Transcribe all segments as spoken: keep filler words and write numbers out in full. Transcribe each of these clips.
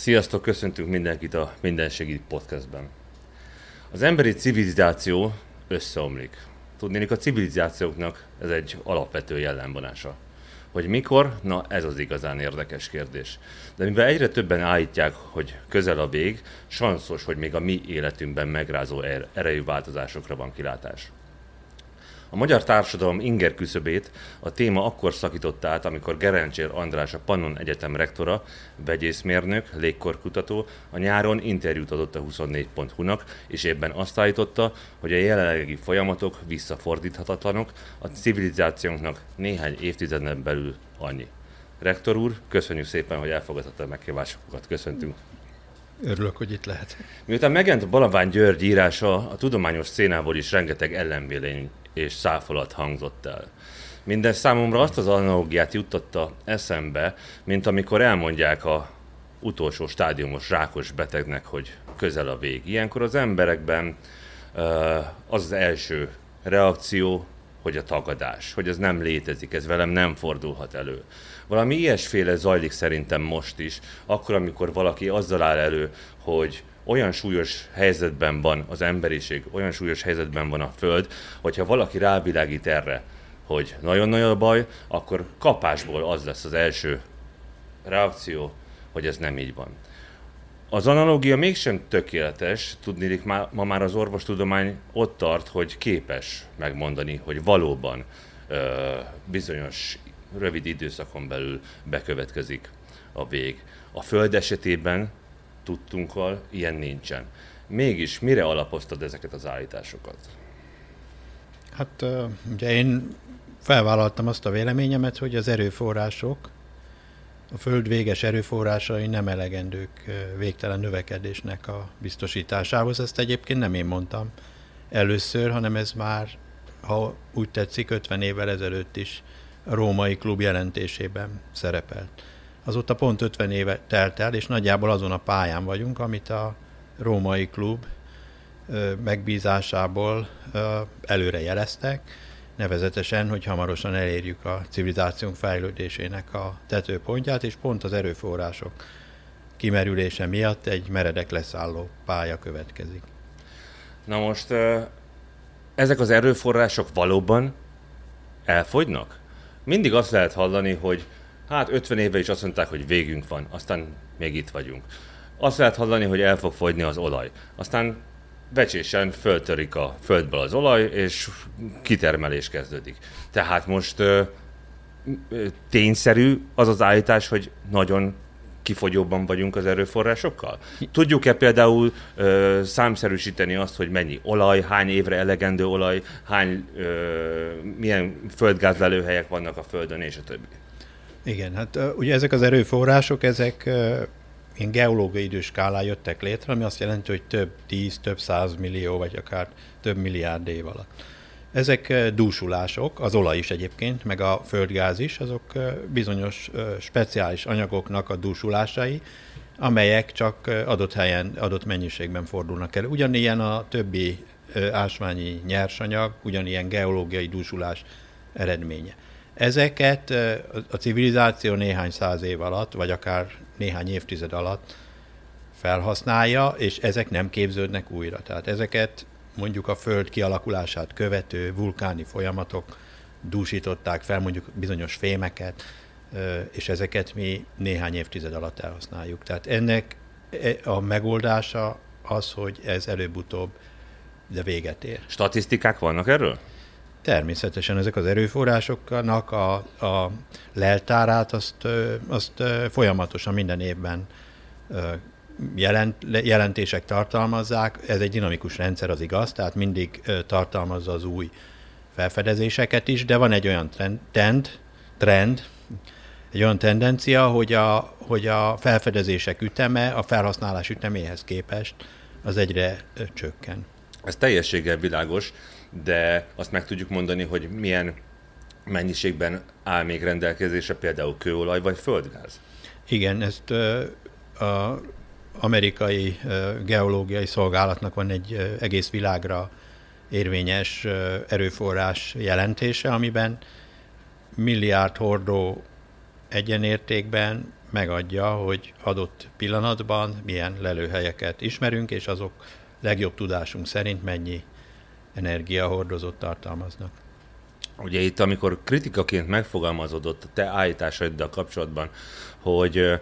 Sziasztok, köszöntünk mindenkit a Minden Segít podcastben. Az emberi civilizáció összeomlik. Tudnélik, a civilizációknak ez egy alapvető jellemvonása. Hogy mikor? Na, ez az igazán érdekes kérdés. De mivel egyre többen állítják, hogy közel a vég, sanszos, hogy még a mi életünkben megrázó er- erejű változásokra van kilátás. A magyar társadalom inger küszöbét a téma akkor szakította át, amikor Gerencsér András, a Pannon Egyetem rektora, vegyészmérnök, légkorkutató a nyáron interjút adott a huszonnégy pont hu-nak, és ebben azt állította, hogy a jelenlegi folyamatok visszafordíthatatlanok, a civilizációnknak néhány évtizeden belül annyi. Rektor úr, köszönjük szépen, hogy elfogadta a meghívásokat. Köszöntünk. Örülök, hogy itt lehet. Miután megjelent Balavány György írása, a tudományos szénából is rengeteg ellenvélemény és száfolat hangzott el. Minden számomra azt az analógiát juttatta eszembe, mint amikor elmondják a utolsó stádiumos rákos betegnek, hogy közel a vég. Ilyenkor az emberekben az az első reakció, hogy a tagadás, hogy ez nem létezik, ez velem nem fordulhat elő. Valami ilyesféle zajlik szerintem most is, akkor, amikor valaki azzal áll elő, hogy olyan súlyos helyzetben van az emberiség, olyan súlyos helyzetben van a Föld, hogyha valaki rávilágít erre, hogy nagyon nagy a baj, akkor kapásból az lesz az első reakció, hogy ez nem így van. Az analógia mégsem tökéletes, tudniillik, ma már az orvostudomány ott tart, hogy képes megmondani, hogy valóban ö, bizonyos rövid időszakon belül bekövetkezik a vég. A Föld esetében tudtunkkal ilyen nincsen. Mégis mire alapoztad ezeket az állításokat? Hát ugye én felvállaltam azt a véleményemet, hogy az erőforrások, a Föld véges erőforrásai nem elegendők végtelen növekedésnek a biztosításához. Ezt egyébként nem én mondtam először, hanem ez már, ha úgy tetszik, ötven évvel ezelőtt is a Római Klub jelentésében szerepelt. Azóta pont ötven éve telt el, és nagyjából azon a pályán vagyunk, amit a Római Klub megbízásából előre jeleztek, nevezetesen, hogy hamarosan elérjük a civilizációnk fejlődésének a tetőpontját, és pont az erőforrások kimerülése miatt egy meredek leszálló pálya következik. Na most ezek az erőforrások valóban elfogynak? Mindig azt lehet hallani, hogy hát ötven éve is azt mondták, hogy végünk van, aztán még itt vagyunk. Azt lehet hallani, hogy el fog fogyni az olaj. Aztán becsésen föltörik a földből az olaj, és kitermelés kezdődik. Tehát most ö, ö, tényszerű az az állítás, hogy nagyon kifogyóban vagyunk az erőforrásokkal? Tudjuk-e például ö, számszerűsíteni azt, hogy mennyi olaj, hány évre elegendő olaj, hány, ö, milyen földgázlelőhelyek vannak a Földön, és a többi? Igen, hát ugye ezek az erőforrások, ezek ilyen geológiai időskálán jöttek létre, ami azt jelenti, hogy több tíz, több százmillió, vagy akár több milliárd év alatt. Ezek dúsulások, az olaj is egyébként, meg a földgáz is, azok bizonyos speciális anyagoknak a dúsulásai, amelyek csak adott helyen, adott mennyiségben fordulnak elő. Ugyanilyen a többi ásványi nyersanyag, ugyanilyen geológiai dúsulás eredménye. Ezeket a civilizáció néhány száz év alatt, vagy akár néhány évtized alatt felhasználja, és ezek nem képződnek újra. Tehát ezeket mondjuk a Föld kialakulását követő vulkáni folyamatok dúsították fel, mondjuk bizonyos fémeket, és ezeket mi néhány évtized alatt elhasználjuk. Tehát ennek a megoldása az, hogy ez előbb-utóbb de véget ér. Statisztikák vannak erről? Természetesen ezek az erőforrásoknak a, a leltárát azt, azt folyamatosan minden évben jelent, jelentések tartalmazzák. Ez egy dinamikus rendszer, az igaz, tehát mindig tartalmazza az új felfedezéseket is, de van egy olyan trend, trend, trend egy olyan tendencia, hogy a, hogy a felfedezések üteme a felhasználás üteméhez képest az egyre csökken. Ez teljességgel világos, de azt meg tudjuk mondani, hogy milyen mennyiségben áll még rendelkezésre például kőolaj vagy földgáz? Igen, ezt az amerikai geológiai szolgálatnak van egy egész világra érvényes erőforrás jelentése, amiben milliárd hordó egyenértékben megadja, hogy adott pillanatban milyen lelőhelyeket ismerünk, és azok legjobb tudásunk szerint mennyi energiahordozót tartalmaznak. Ugye itt, amikor kritikaként megfogalmazódott a te állításaiddal kapcsolatban, hogy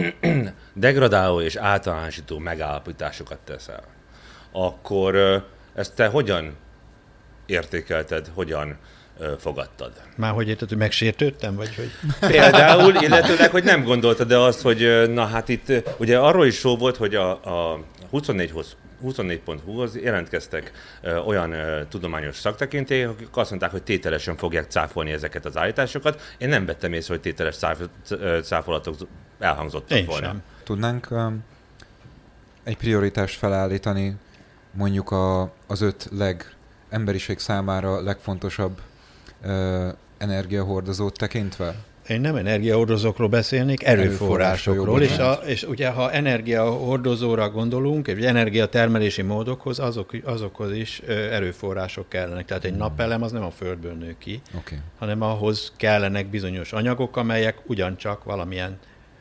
degradáló és általánosító megállapításokat teszel, akkor ezt te hogyan értékelted, hogyan fogadtad? Már hogy érted, hogy megsértődtem, vagy hogy... Például, illetőleg, hogy nem gondoltad de azt, hogy na hát itt ugye arról is szó volt, hogy a, a huszonnégy pont hu-hoz jelentkeztek ö, olyan ö, tudományos szaktekintélyek, akik azt mondták, hogy tételesen fogják cáfolni ezeket az állításokat. Én nem vettem észre, hogy tételes cáf, cáfolatok elhangzottak Én volna. sem. Tudnánk um, egy prioritást felállítani mondjuk a, az öt leg emberiség számára legfontosabb uh, energiahordozót tekintve? Én nem energiahordozókról beszélnék, erőforrásokról, és, a, és ugye ha energiahordozóra gondolunk, vagy energiatermelési módokhoz, azok, azokhoz is erőforrások kellenek. Tehát egy napelem az nem a földből nő ki, okay. hanem ahhoz kellenek bizonyos anyagok, amelyek ugyancsak valamilyen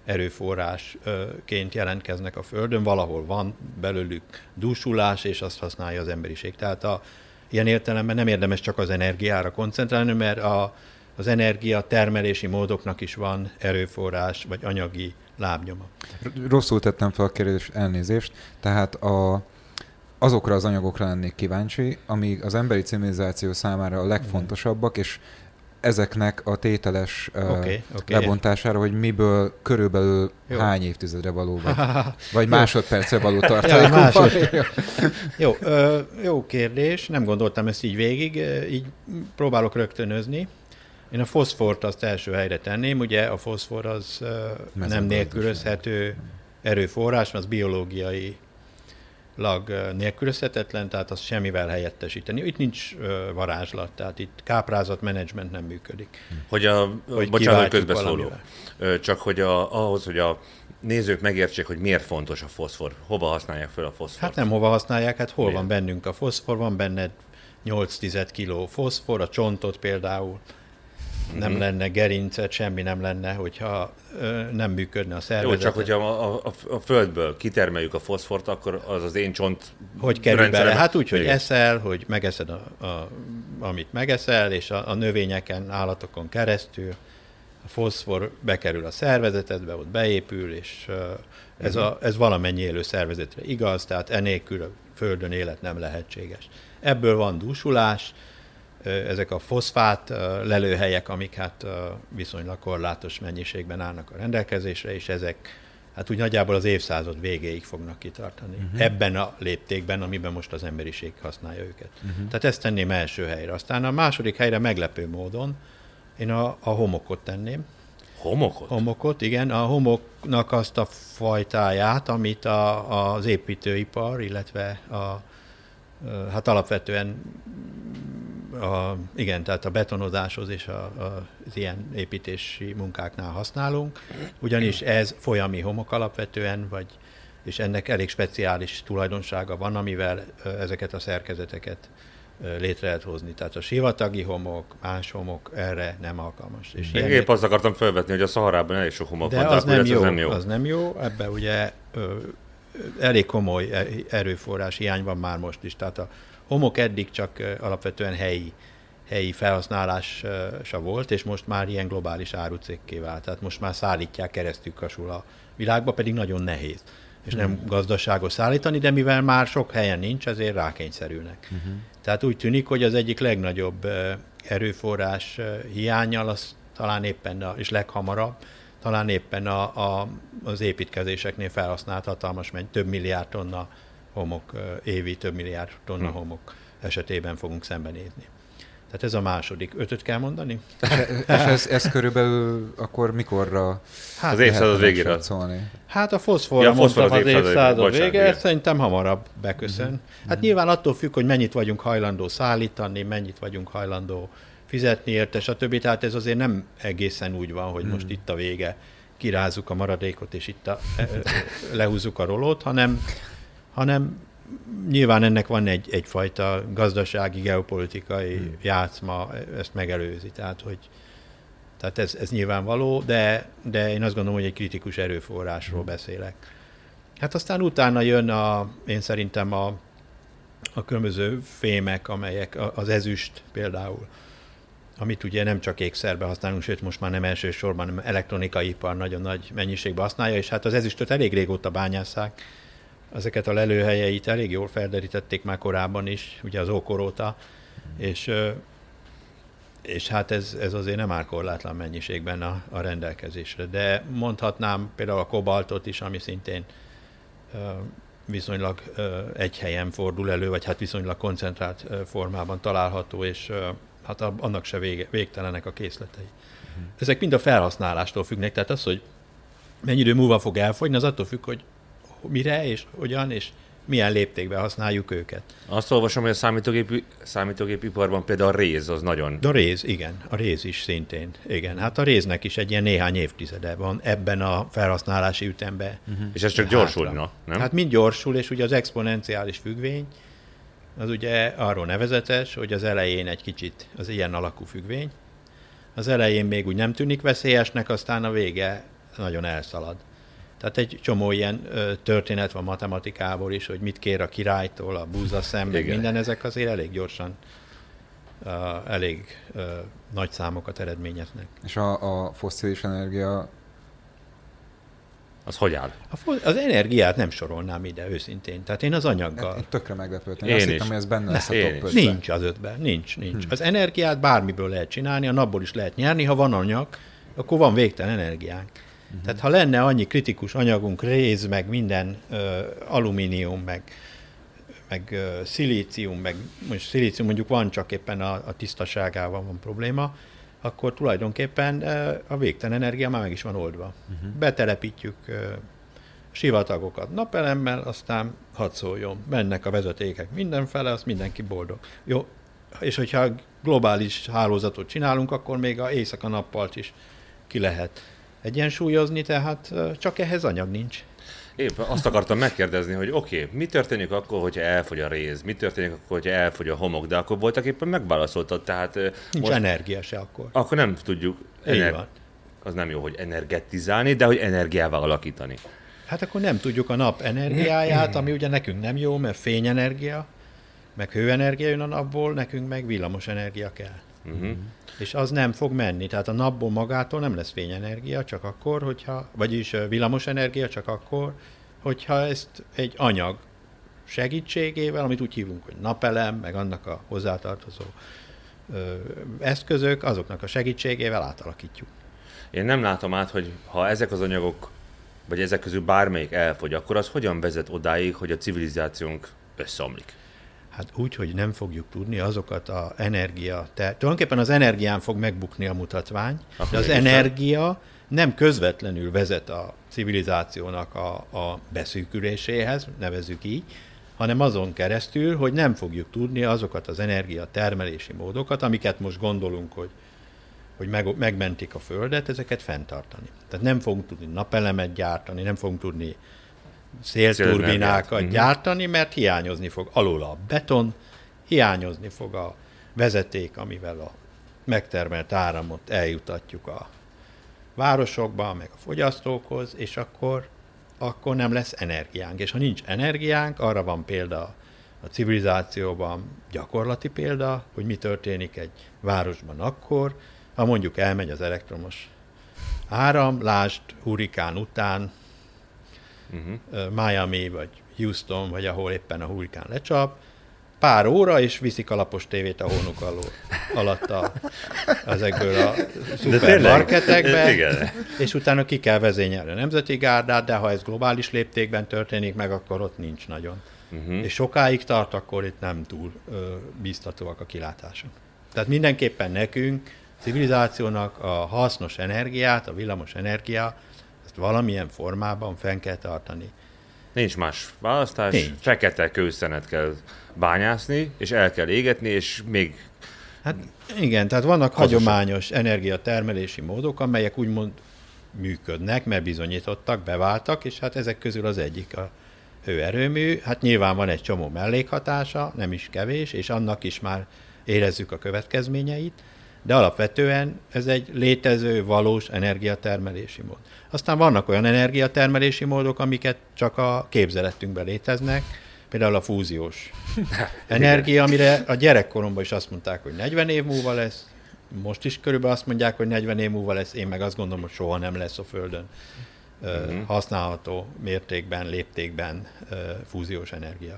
erőforrásként jelentkeznek a földön, valahol van belőlük dúsulás, és azt használja az emberiség. Tehát a, ilyen értelemben nem érdemes csak az energiára koncentrálni, mert a az energia termelési módoknak is van erőforrás, vagy anyagi lábnyoma. Rosszul tettem fel a kérdést, elnézést. Tehát a, azokra az anyagokra lennék kíváncsi, amik az emberi civilizáció számára a legfontosabbak, és ezeknek a tételes okay, uh, okay. lebontására, hogy miből körülbelül jó. hány évtizedre való vagy, vagy másodpercre való tartalékunk. Másod... jó, ö, jó kérdés, nem gondoltam ezt így végig, így próbálok rögtönözni. Én a foszfort azt első helyre tenném, ugye a foszfor az uh, nem nélkülözhető erőforrás, az biológiailag uh, nélkülözhetetlen, tehát azt semmivel helyettesíteni. Itt nincs uh, varázslat, tehát itt káprázatmenedzsment nem működik. Hogy a, hogy bocsánat, közbeszóló, csak hogy a, ahhoz, hogy a nézők megértsék, hogy miért fontos a foszfor, hova használják fel a foszfort? Hát nem hova használják, hát hol miért? Van bennünk a foszfor, van benned nyolc tized kiló foszfor, a csontot például, nem mm-hmm. lenne gerincet, semmi nem lenne, hogyha ö, nem működne a szervezet. Jó, csak hogyha a, a, a földből kitermeljük a foszfort, akkor az az én csont... Hogy kerül bele? Hát úgy, hogy eszel, hogy megeszed, a, a, amit megeszel, és a, a növényeken, állatokon keresztül a foszfor bekerül a szervezetedbe, ott beépül, és ö, ez, mm-hmm. a, ez valamennyi élő szervezetre igaz, tehát enélkül a földön élet nem lehetséges. Ebből van dúsulás, ezek a foszfát lelőhelyek, amik hát viszonylag korlátos mennyiségben állnak a rendelkezésre, és ezek hát úgy nagyjából az évszázad végéig fognak kitartani. Uh-huh. Ebben a léptékben, amiben most az emberiség használja őket. Uh-huh. Tehát ezt tenném első helyre. Aztán a második helyre meglepő módon én a, a homokot tenném. Homokot? Homokot, igen. A homoknak azt a fajtáját, amit a, az építőipar, illetve a, hát alapvetően A, igen, tehát a betonozáshoz és a, a, az ilyen építési munkáknál használunk, ugyanis ez folyami homok alapvetően, vagy, és ennek elég speciális tulajdonsága van, amivel ezeket a szerkezeteket létre lehet hozni. Tehát a sivatagi homok, más homok erre nem alkalmas. És Én épp azt akartam felvetni, hogy a Szaharában elég sok homok de van, az, de nem jó, az nem jó. Az nem jó, ebben ugye ö, elég komoly erőforrás hiány van már most is. Tehát a homok eddig csak alapvetően helyi, helyi felhasználása volt, és most már ilyen globális árucikké vált. Tehát most már szállítják keresztül kasul a világba, pedig nagyon nehéz. És nem uh-huh. gazdaságos szállítani, de mivel már sok helyen nincs, ezért rákényszerülnek. Uh-huh. Tehát úgy tűnik, hogy az egyik legnagyobb erőforrás hiánnyal, az talán éppen, a, és leghamarabb, talán éppen a, a, az építkezéseknél felhasznált hatalmas menny, több milliárd tonna homok, évi több milliárd tonna hmm. homok esetében fogunk szembenézni. Tehát ez a második. Ötöt kell mondani? És ez, ez körülbelül akkor mikorra hát az évszázad végére szólni? Hát a foszforra ja, mondtam az, az évszázad vége, ezt szerintem hamarabb beköszön. Hmm. Hát hmm. nyilván attól függ, hogy mennyit vagyunk hajlandó szállítani, mennyit vagyunk hajlandó fizetni érte, stb. Tehát ez azért nem egészen úgy van, hogy hmm. most itt a vége, kirázzuk a maradékot, és itt a, lehúzzuk a rolót, hanem hanem nyilván ennek van egy, egyfajta gazdasági, geopolitikai hmm. játszma, ezt megelőzi. Tehát, hogy Tehát ez, ez nyilvánvaló, de, de én azt gondolom, hogy egy kritikus erőforrásról beszélek. Hát aztán utána jön a, én szerintem a, a különböző fémek, amelyek az ezüst például, amit ugye nem csak ékszerbe használunk, sőt most már nem elsősorban, hanem elektronikai ipar nagyon nagy mennyiségben használja, és hát az ezüstöt elég régóta bányásszák. Ezeket a lelőhelyeit elég jól felderítették már korábban is, ugye az ókor óta, és, és hát ez, ez azért nem áll korlátlan mennyiségben a, a rendelkezésre. De mondhatnám például a kobaltot is, ami szintén viszonylag egy helyen fordul elő, vagy hát viszonylag koncentrált formában található, és hát annak se vége, végtelenek a készletei. Uh-huh. Ezek mind a felhasználástól függnek, tehát az, hogy mennyi idő múlva fog elfogyni, az attól függ, hogy mire és hogyan és milyen léptékben használjuk őket. Azt olvasom, hogy a számítógép, számítógépiparban például a réz az nagyon... De a réz, igen, a réz is szintén. Igen, hát a réznek is egy ilyen néhány évtizede van ebben a felhasználási ütemben. Uh-huh. És ez csak gyorsulna, nem? Hát mind gyorsul, és ugye az exponenciális függvény, az ugye arról nevezetes, hogy az elején egy kicsit az ilyen alakú függvény. Az elején még úgy nem tűnik veszélyesnek, aztán a vége nagyon elszalad. Tehát egy csomó ilyen ö, történet van matematikából is, hogy mit kér a királytól, a búzaszem, meg minden, ezek azért elég gyorsan, ö, elég ö, nagy számokat eredményeznek. És a, a fosszilis energia... Az hogy áll? A, az energiát nem sorolnám ide, őszintén. Tehát én az anyaggal... Én tökre meglepődtem. Én azt hittem, hogy ez benne lesz a top ötben. Nincs az ötben, nincs, nincs. Hmm. Az energiát bármiből lehet csinálni, a napból is lehet nyerni, ha van anyag, akkor van végtelen energiánk. Uh-huh. Tehát ha lenne annyi kritikus anyagunk, réz, meg minden ö, alumínium, meg, meg ö, szilícium, meg most szilícium mondjuk van, csak éppen a, a tisztaságával van probléma, akkor tulajdonképpen ö, a végtelen energia már meg is van oldva. Uh-huh. Betelepítjük ö, sivatagokat napelemmel, aztán hadd szóljon, mennek a vezetékek mindenfele, az mindenki boldog. Jó, és hogyha globális hálózatot csinálunk, akkor még a éjszaka nappalt is ki lehet egyensúlyozni, tehát csak ehhez anyag nincs. Épp azt akartam megkérdezni, hogy oké, okay, mi történik akkor, hogyha elfogy a réz? Mi történik akkor, hogyha elfogy a homok? De akkor voltak éppen megválaszoltad, tehát... Nincs most energia se akkor. Akkor nem tudjuk... Ener- az nem jó, hogy energetizálni, de hogy energiával alakítani. Hát akkor nem tudjuk a nap energiáját, ami ugye nekünk nem jó, mert fényenergia, meg hőenergia jön a napból, nekünk meg villamos energia kell. Uh-huh. És az nem fog menni. Tehát a napból magától nem lesz fényenergia, csak akkor, hogyha, vagyis villamos energia csak akkor, hogyha ezt egy anyag segítségével, amit úgy hívunk, hogy napelem, meg annak a hozzátartozó ö, eszközök, azoknak a segítségével átalakítjuk. Én nem látom át, hogy ha ezek az anyagok, vagy ezek közül bármelyik elfogy, akkor az hogyan vezet odáig, hogy a civilizációnk összeomlik? Hát úgy, hogy nem fogjuk tudni azokat az energia... Te, tulajdonképpen az energián fog megbukni a mutatvány, akkor de az energia nem közvetlenül vezet a civilizációnak a, a beszűküléséhez, nevezzük így, hanem azon keresztül, hogy nem fogjuk tudni azokat az energiatermelési módokat, amiket most gondolunk, hogy, hogy meg, megmentik a Földet, ezeket fenntartani. Tehát nem fogunk tudni napelemet gyártani, nem fogunk tudni szélturbinákat uh-huh. gyártani, mert hiányozni fog alul a beton, hiányozni fog a vezeték, amivel a megtermelt áramot eljutatjuk a városokba, meg a fogyasztókhoz, és akkor, akkor nem lesz energiánk. És ha nincs energiánk, arra van példa a civilizációban, gyakorlati példa, hogy mi történik egy városban akkor, ha mondjuk elmegy az elektromos áram, lásd hurrikán után, Uh-huh. Miami, vagy Houston, vagy ahol éppen a hurrikán lecsap, pár óra, és viszik a lapos tévét a hónuk alól, alatt a, ezekből a szupermarketekbe, és utána ki kell vezényelni a Nemzeti Gárdát, de ha ez globális léptékben történik meg, akkor ott nincs nagyon. Uh-huh. És sokáig tart, akkor itt nem túl ö, bíztatóak a kilátások. Tehát mindenképpen nekünk, civilizációnak a hasznos energiát, a villamos energiát, valamilyen formában fenn kell tartani. Nincs más választás, Nincs. Fekete kőszenet kell bányászni, és el kell égetni, és még... Hát igen, tehát vannak hazosan. hagyományos energiatermelési módok, amelyek úgymond működnek, mert bizonyítottak, beváltak, és hát ezek közül az egyik a hőerőmű. Hát nyilván van egy csomó mellékhatása, nem is kevés, és annak is már érezzük a következményeit, de alapvetően ez egy létező, valós energiatermelési mód. Aztán vannak olyan energiatermelési módok, amiket csak a képzeletünkben léteznek, például a fúziós energia, amire a gyerekkoromban is azt mondták, hogy negyven év múlva lesz, most is körülbelül azt mondják, hogy negyven év múlva lesz, én meg azt gondolom, hogy soha nem lesz a Földön uh-huh. használható mértékben, léptékben fúziós energia.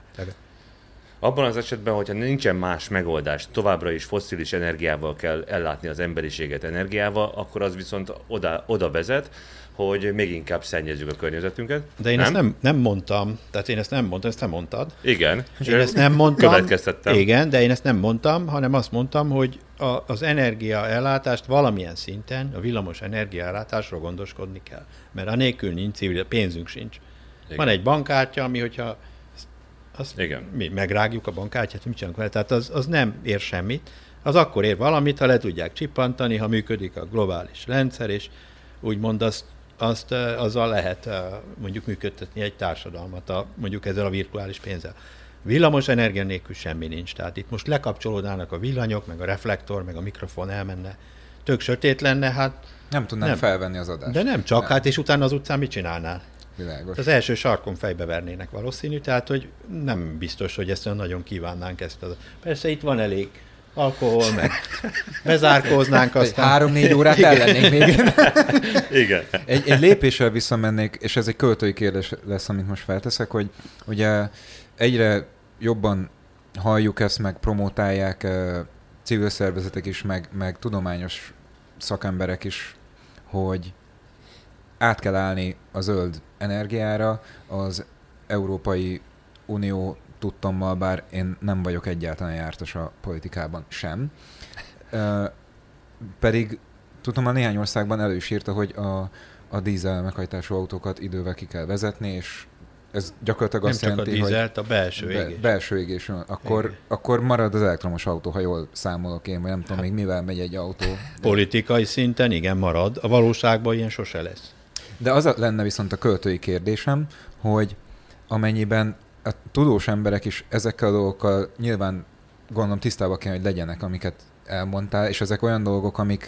Abban az esetben, hogyha nincsen más megoldás, továbbra is fosszilis energiával kell ellátni az emberiséget energiával, akkor az viszont oda, oda vezet, hogy még inkább szennyezzük a környezetünket. De én nem? ezt nem, nem mondtam, tehát én ezt nem mondtam, ezt te mondtad. Igen. Én ezt nem mondtam. Következtettem. Igen, de én ezt nem mondtam, hanem azt mondtam, hogy a, az energiaellátást valamilyen szinten, a villamos energiaellátásról gondoskodni kell. Mert anélkül nincs civil, pénzünk sincs. Igen. Van egy bankkártya, ami hogyha azt Igen. mi megrágjuk a bankkártyát, mit csinálunk vele, tehát az, az nem ér semmit. Az akkor ér valamit, ha le tudják csippantani, ha működik a globális rendszer, és úgymond azt, azt azzal lehet mondjuk működtetni egy társadalmat, a, mondjuk ezzel a virtuális pénzzel. Villamos energia nélkül semmi nincs. Tehát itt most lekapcsolódnának a villanyok, meg a reflektor, meg a mikrofon elmenne. Tök sötét lenne, hát... Nem tudnánk nem. felvenni az adást. De nem csak, nem. hát és utána az utcán mit csinálnál? Világos. Az első sarkon fejbe vernének valószínű, tehát hogy nem biztos, hogy ezt nagyon kívánnánk ezt. Az... Persze itt van elég alkohol, meg bezárkóznánk aztán. Három-négy órát ellennénk még. Igen. Egy, egy lépéssel visszamennék, és ez egy költői kérdés lesz, amit most felteszek, hogy ugye egyre jobban halljuk ezt, meg promotálják civil szervezetek is, meg, meg tudományos szakemberek is, hogy át kell állni a zöld energiára. Az Európai Unió tudtommal, bár én nem vagyok egyáltalán jártas a politikában sem. Uh, pedig tudom, a néhány országban elő is írta, hogy a, a dízel meghajtású autókat idővel ki kell vezetni, és ez gyakorlatilag azt jelenti, hogy... Nem csak a dízelt, a belső égés. Be, belső égés. Akkor, akkor marad az elektromos autó, ha jól számolok én, vagy nem tudom hát, még mivel megy egy autó. Politikai szinten igen, marad. A valóságban ilyen sose lesz. De az lenne viszont a költői kérdésem, hogy amennyiben a tudós emberek is ezekkel a dolgokkal nyilván gondolom tisztában kell, hogy legyenek, amiket elmondtál, és ezek olyan dolgok, amik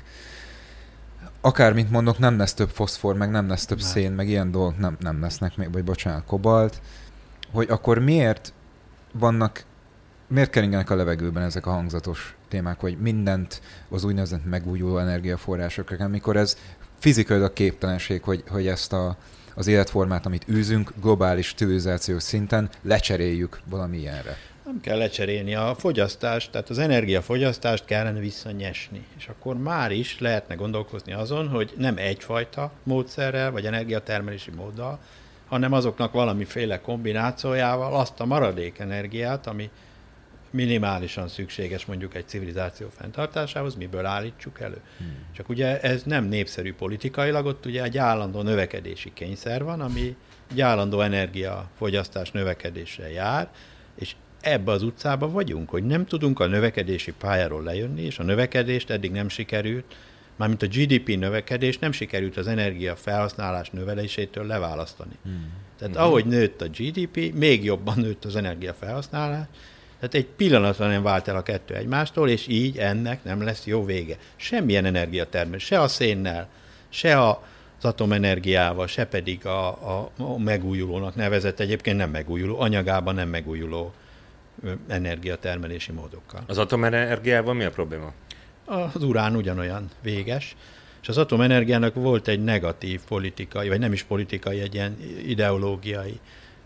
akármint mondok, nem lesz több foszfor, meg nem lesz több nem. szén, meg ilyen dolgok nem, nem lesznek, még, vagy bocsánat, kobalt, hogy akkor miért vannak, miért keringenek a levegőben ezek a hangzatos témák, hogy mindent az úgynevezett megújuló energiaforrásokra, amikor ez fizikailag képtelenség, hogy, hogy ezt a, az életformát, amit űzünk, globális civilizációs szinten lecseréljük valamilyenre. Nem kell lecserélni a fogyasztást, tehát az energiafogyasztást kellene visszanyesni. És akkor már is lehetne gondolkozni azon, hogy nem egyfajta módszerrel, vagy energiatermelési móddal, hanem azoknak valamiféle kombinációjával azt a maradék energiát, ami minimálisan szükséges mondjuk egy civilizáció fenntartásához, miből állítsuk elő. Hmm. Csak ugye ez nem népszerű politikailag, ott ugye egy állandó növekedési kényszer van, ami egy állandó energiafogyasztás növekedésre jár, és ebbe az utcába vagyunk, hogy nem tudunk a növekedési pályáról lejönni, és a növekedést eddig nem sikerült, mármint a gé dé pé növekedés nem sikerült az energia felhasználás növelésétől leválasztani. Hmm. Tehát hmm. ahogy nőtt a gé dé pé, még jobban nőtt az energia felhasználás, tehát egy pillanatra nem vált el a kettő egymástól, és így ennek nem lesz jó vége. Semmilyen energiatermelés, se a szénnel, se az atomenergiával, se pedig a, a, a megújulónak nevezett, egyébként nem megújuló, anyagában nem megújuló energiatermelési módokkal. Az atomenergiával mi a probléma? Az urán ugyanolyan véges, és az atomenergiának volt egy negatív politikai, vagy nem is politikai, egy ilyen ideológiai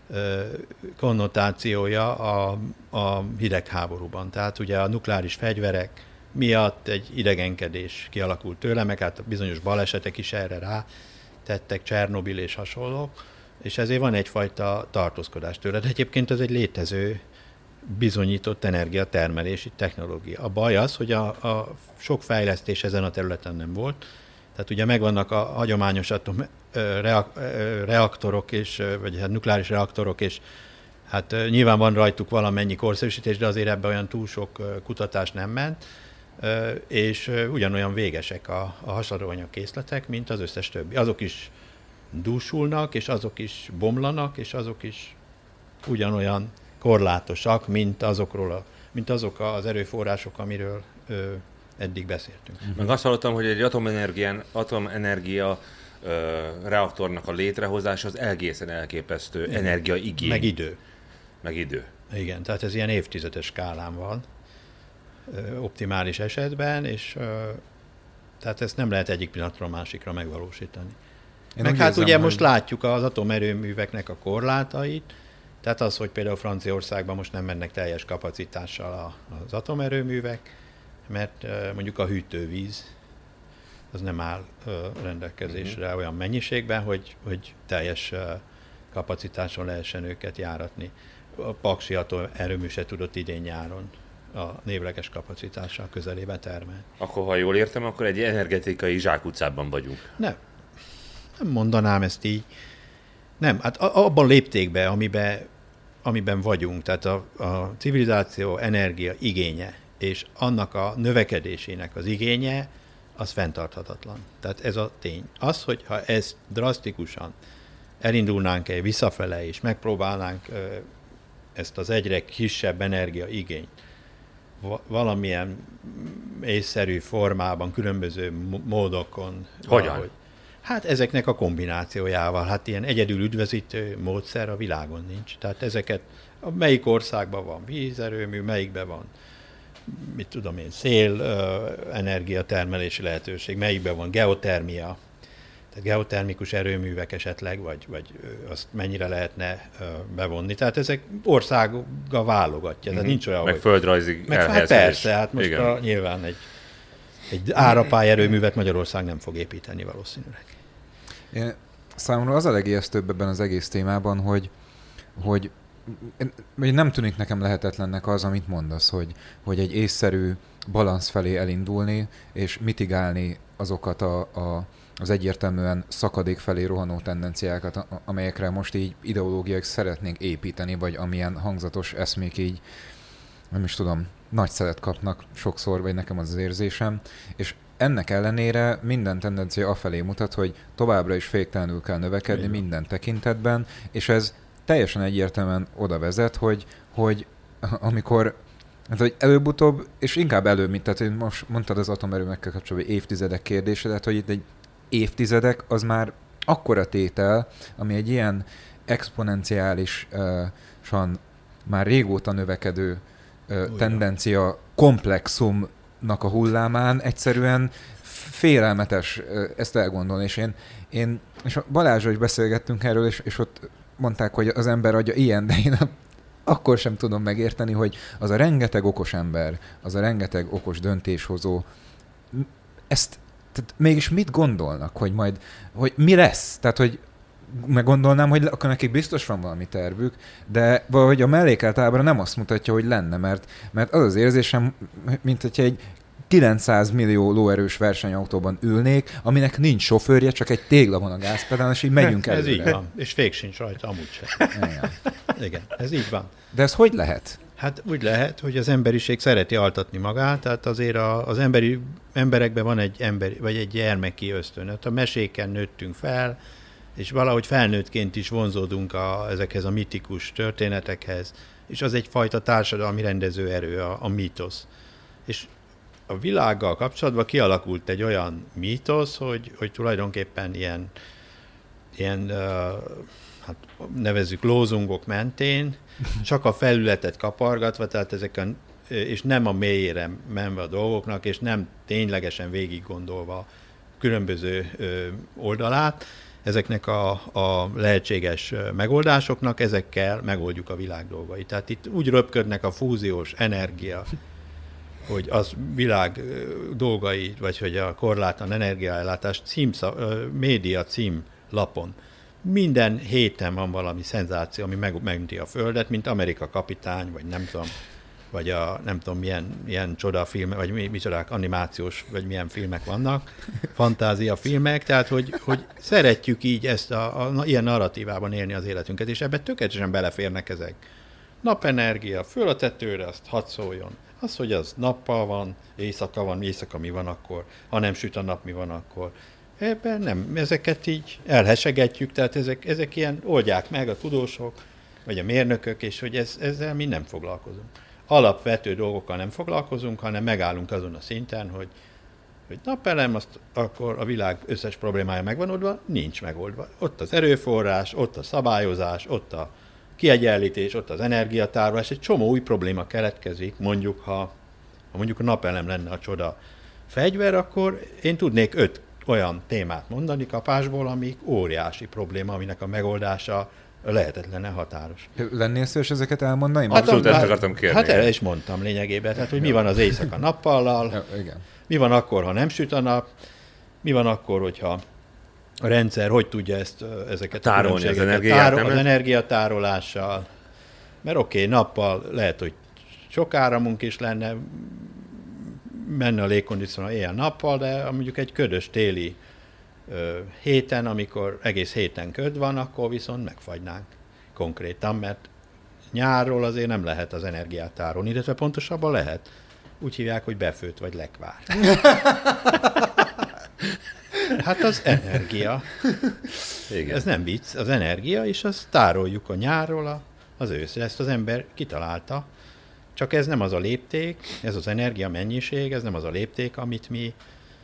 konnotációja a, a hidegháborúban. Tehát ugye a nukleáris fegyverek miatt egy idegenkedés kialakult tőle, meg hát bizonyos balesetek is erre rá tettek, Csernobil és hasonlók, és ezért van egyfajta tartózkodás tőle. De egyébként ez egy létező, bizonyított energiatermelési technológia. A baj az, hogy a, a sok fejlesztés ezen a területen nem volt. Tehát ugye megvannak a hagyományos atom reak, reaktorok, és, vagy hát nukleáris reaktorok, és hát nyilván van rajtuk valamennyi korszerűsítés, de azért ebben olyan túl sok kutatás nem ment, és ugyanolyan végesek a, a hasadóanyag készletek, mint az összes többi. Azok is dúsulnak, és azok is bomlanak, és azok is ugyanolyan korlátosak, mint azokról a, mint azok az erőforrások, amiről ö, eddig beszéltünk. Meg azt hallottam, hogy egy atomenergián, atomenergia ö, reaktornak a létrehozása az egészen elképesztő energiaigény. Meg idő. Meg idő. Igen, tehát ez ilyen évtizedes skálán van, ö, optimális esetben, és ö, tehát ezt nem lehet egyik pillanatról a másikra megvalósítani. Én meg hát érzem, ugye hogy... most látjuk az atomerőműveknek a korlátait, tehát az, hogy például Franciaországban most nem mennek teljes kapacitással az atomerőművek, mert mondjuk a hűtővíz az nem áll rendelkezésre uh-huh. olyan mennyiségben, hogy, hogy teljes kapacitáson lehessen őket járatni. A paksi atomerőmű se tudott idén nyáron a névleges kapacitással közelébe termelni. Akkor, ha jól értem, akkor egy energetikai zsákutcában vagyunk. Nem. Nem mondanám ezt így. Nem, hát abban léptékbe, amiben, amiben vagyunk, tehát a, a civilizáció energia igénye, és annak a növekedésének az igénye, az fenntarthatatlan. Tehát ez a tény. Az, hogyha ezt drasztikusan elindulnánk-e visszafele, és megpróbálnánk ezt az egyre kisebb energia igényt valamilyen észszerű formában, különböző módokon. Hogyan? Valahogy, hát ezeknek a kombinációjával, hát ilyen egyedül üdvözítő módszer a világon nincs. Tehát ezeket, melyik országban van vízerőmű, melyikben van, mit tudom én, szél energiatermelési lehetőség, melyikben van geotermia, tehát geotermikus erőművek esetleg, vagy, vagy azt mennyire lehetne bevonni. Tehát ezek országa válogatja, tehát nincs olyan, meg hogy... földrajzi meg hát persze, hát most a, nyilván egy, egy árapály erőművet Magyarország nem fog építeni valószínűleg. Én, számomra az a legijesztőbb ebben az egész témában, hogy, hogy nem tűnik nekem lehetetlennek az, amit mondasz, hogy, hogy egy észszerű balansz felé elindulni, és mitigálni azokat a, a, az egyértelműen szakadék felé rohanó tendenciákat, amelyekre most így ideológiák szeretnénk építeni, vagy amilyen hangzatos eszmék így, nem is tudom, nagy szelet kapnak sokszor, vagy nekem az az érzésem, és ennek ellenére minden tendencia afelé mutat, hogy továbbra is féktelenül kell növekedni igen. minden tekintetben, és ez teljesen egyértelműen oda vezet, hogy, hogy amikor hát, hogy előbb-utóbb, és inkább előbb, mint tehát, hogy most mondtad az atomerőmekkel kapcsolatban évtizedek kérdése, tehát hogy itt egy évtizedek az már akkora tétel, ami egy ilyen exponenciálisan már régóta növekedő uh, tendencia komplexumnak a hullámán egyszerűen félelmetes uh, ezt elgondolni, és én, én és Balázsra is beszélgettünk erről, és, és ott mondták, hogy az ember agya ilyen, de én akkor sem tudom megérteni, hogy az a rengeteg okos ember, az a rengeteg okos döntéshozó, ezt, tehát mégis mit gondolnak, hogy majd, hogy mi lesz? Tehát, hogy meggondolnám, hogy akkor nekik biztos van valami tervük, de valahogy a mellékelt ábra nem azt mutatja, hogy lenne, mert, mert az az érzésem, mint hogyha egy kilencszáz millió lóerős versenyautóban ülnék, aminek nincs sofőrje, csak egy tégla van a gázpedálon, és így megyünk előre. Ez így van, és fék sincs rajta, amúgy sem. Igen. Igen, ez így van. De ez hogy lehet? Hát úgy lehet, hogy az emberiség szereti altatni magát, tehát azért a, az emberi, emberekben van egy emberi, vagy egy gyermeki ösztönöt. A meséken nőttünk fel, és valahogy felnőttként is vonzódunk a, ezekhez a mitikus történetekhez, és az egyfajta társadalmi rendező erő, a, a mítosz. És a világgal kapcsolatban kialakult egy olyan mítosz, hogy, hogy tulajdonképpen ilyen, ilyen uh, hát nevezzük lózungok mentén, csak a felületet kapargatva, tehát ezeken, és nem a mélyére menve a dolgoknak, és nem ténylegesen végig gondolva különböző oldalát, ezeknek a, a lehetséges megoldásoknak, ezekkel megoldjuk a világ dolgait. Tehát itt úgy röpködnek a fúziós energia, hogy az világ dolgai, vagy hogy a korlátlan energiaellátás címsza, média címlapon minden héten van valami szenzáció, ami meg, megmenti a Földet, mint Amerika kapitány, vagy nem tudom, vagy a nem tudom milyen, milyen csodafilmek, vagy mi, micsodák animációs, vagy milyen filmek vannak, fantázia filmek, tehát hogy, hogy szeretjük így ezt a, a, ilyen narratívában élni az életünket, és ebben tökéletesen beleférnek ezek. Napenergia, föl a tetőre, azt hadd szóljon. Az, hogy az nappal van, éjszaka van, éjszaka mi van akkor, ha nem süt a nap, mi van akkor. Ebben nem, ezeket így elhesegetjük, tehát ezek, ezek ilyen oldják meg a tudósok, vagy a mérnökök, és hogy ez, ezzel mi nem foglalkozunk. alapvető dolgokkal nem foglalkozunk, hanem megállunk azon a szinten, hogy, hogy napelem, azt akkor a világ összes problémája megvan oldva, nincs megoldva. Ott az erőforrás, ott a szabályozás, ott a kiegyenlítés, ott az energiatárolás, egy csomó új probléma keletkezik, mondjuk ha, ha mondjuk a napelem lenne a csoda fegyver, akkor én tudnék öt olyan témát mondani kapásból, amik óriási probléma, aminek a megoldása lehetetlen, határos. Lennél szíves ezeket elmondani? Hát abszolút ezt akartam kérni. Hát erre is mondtam lényegében, tehát hogy mi van az éjszaka nappallal, Ja, igen. mi van akkor, ha nem süt a nap, mi van akkor, hogyha a rendszer hogy tudja ezt, ezeket tárolni a az energiát, tárol, az energiatárolással, mert oké, okay, nappal lehet, hogy sok áramunk is lenne, menne a légkondicionáló éjjel-nappal, de mondjuk egy ködös téli ö, héten, amikor egész héten köd van, akkor viszont megfagynánk konkrétan, mert nyárról azért nem lehet az energiát tárolni, illetve pontosabban lehet. Úgy hívják, hogy befőtt vagy lekvár. Hát az energia. Igen. Ez nem vicc, az energia, és azt tároljuk a nyárról a, az őszre. Ezt az ember kitalálta. Csak ez nem az a lépték, ez az energia mennyiség, ez nem az a lépték, amit mi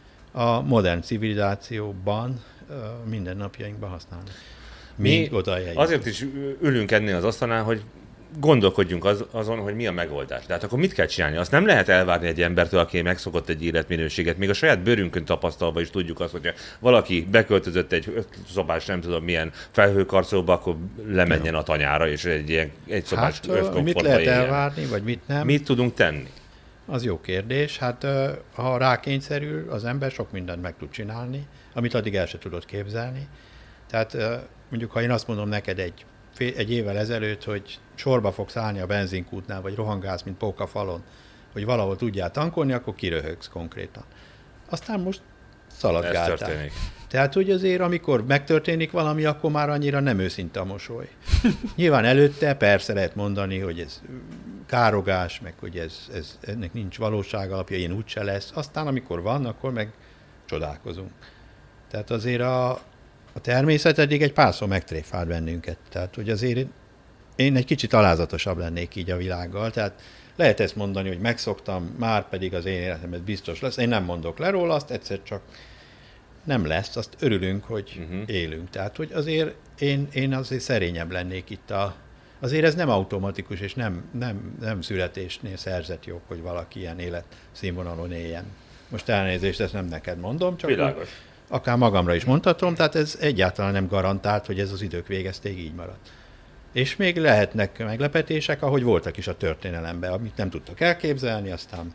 a modern civilizációban, mindennapjainkban használunk. Mi azért is ülünk ennél az asztalnál, hogy gondolkodjunk az, azon, hogy mi a megoldás. De hát akkor mit kell csinálni? Azt nem lehet elvárni egy embertől, aki megszokott egy életminőséget. Még a saját bőrünkön tapasztalva is tudjuk azt, hogyha valaki beköltözött egy ötszobás, nem tudom milyen felhőkarcolóba, akkor lemenjen a tanyára, és egy ilyen egyszobás hát, összkomfortba mit lehet éljen. elvárni, vagy mit nem? Mit tudunk tenni? Az jó kérdés. Hát ha rákényszerül, az ember sok mindent meg tud csinálni, amit addig el se tudod képzelni. Tehát mondjuk, ha én azt mondom neked egy egy évvel ezelőtt, hogy sorba fogsz állni a benzinkútnál, vagy rohangálsz, mint póka falon, hogy valahol tudjál tankolni, akkor kiröhögsz konkrétan. Aztán most szaladgáltál. Ez történik. Tehát, hogy azért, amikor megtörténik valami, akkor már annyira nem őszinte a mosoly. Nyilván előtte persze lehet mondani, hogy ez károgás, meg hogy ez, ez, ennek nincs valóság alapja, ilyen úgyse lesz. Aztán, amikor van, akkor meg csodálkozunk. Tehát azért a A természet eddig egy párszor megtréfált bennünket. Tehát, hogy azért én egy kicsit alázatosabb lennék így a világgal. Tehát lehet ezt mondani, hogy megszoktam, már pedig az én életemben biztos lesz. Én nem mondok le róla, azt egyszer csak nem lesz. Azt örülünk, hogy uh-huh. élünk. Tehát, hogy azért én, én azért szerényebb lennék itt a... Azért ez nem automatikus, és nem, nem, nem születésnél szerzett jog, hogy valaki ilyen életszínvonalon éljen. Most elnézést, ezt nem neked mondom, csak... Világos. Akár magamra is mondhatom, tehát ez egyáltalán nem garantált, hogy ez az idők végezték így marad. És még lehetnek meglepetések, ahogy voltak is a történelemben, amit nem tudtak elképzelni, aztán,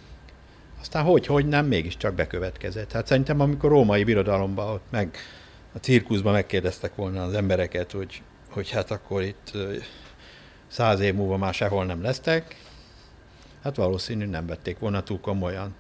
aztán hogy, hogy nem, mégiscsak bekövetkezett. Hát szerintem, amikor római birodalomban ott meg a cirkuszban megkérdeztek volna az embereket, hogy, hogy hát akkor itt száz év múlva már sehol nem lesztek, hát valószínű nem vették volna túl komolyan.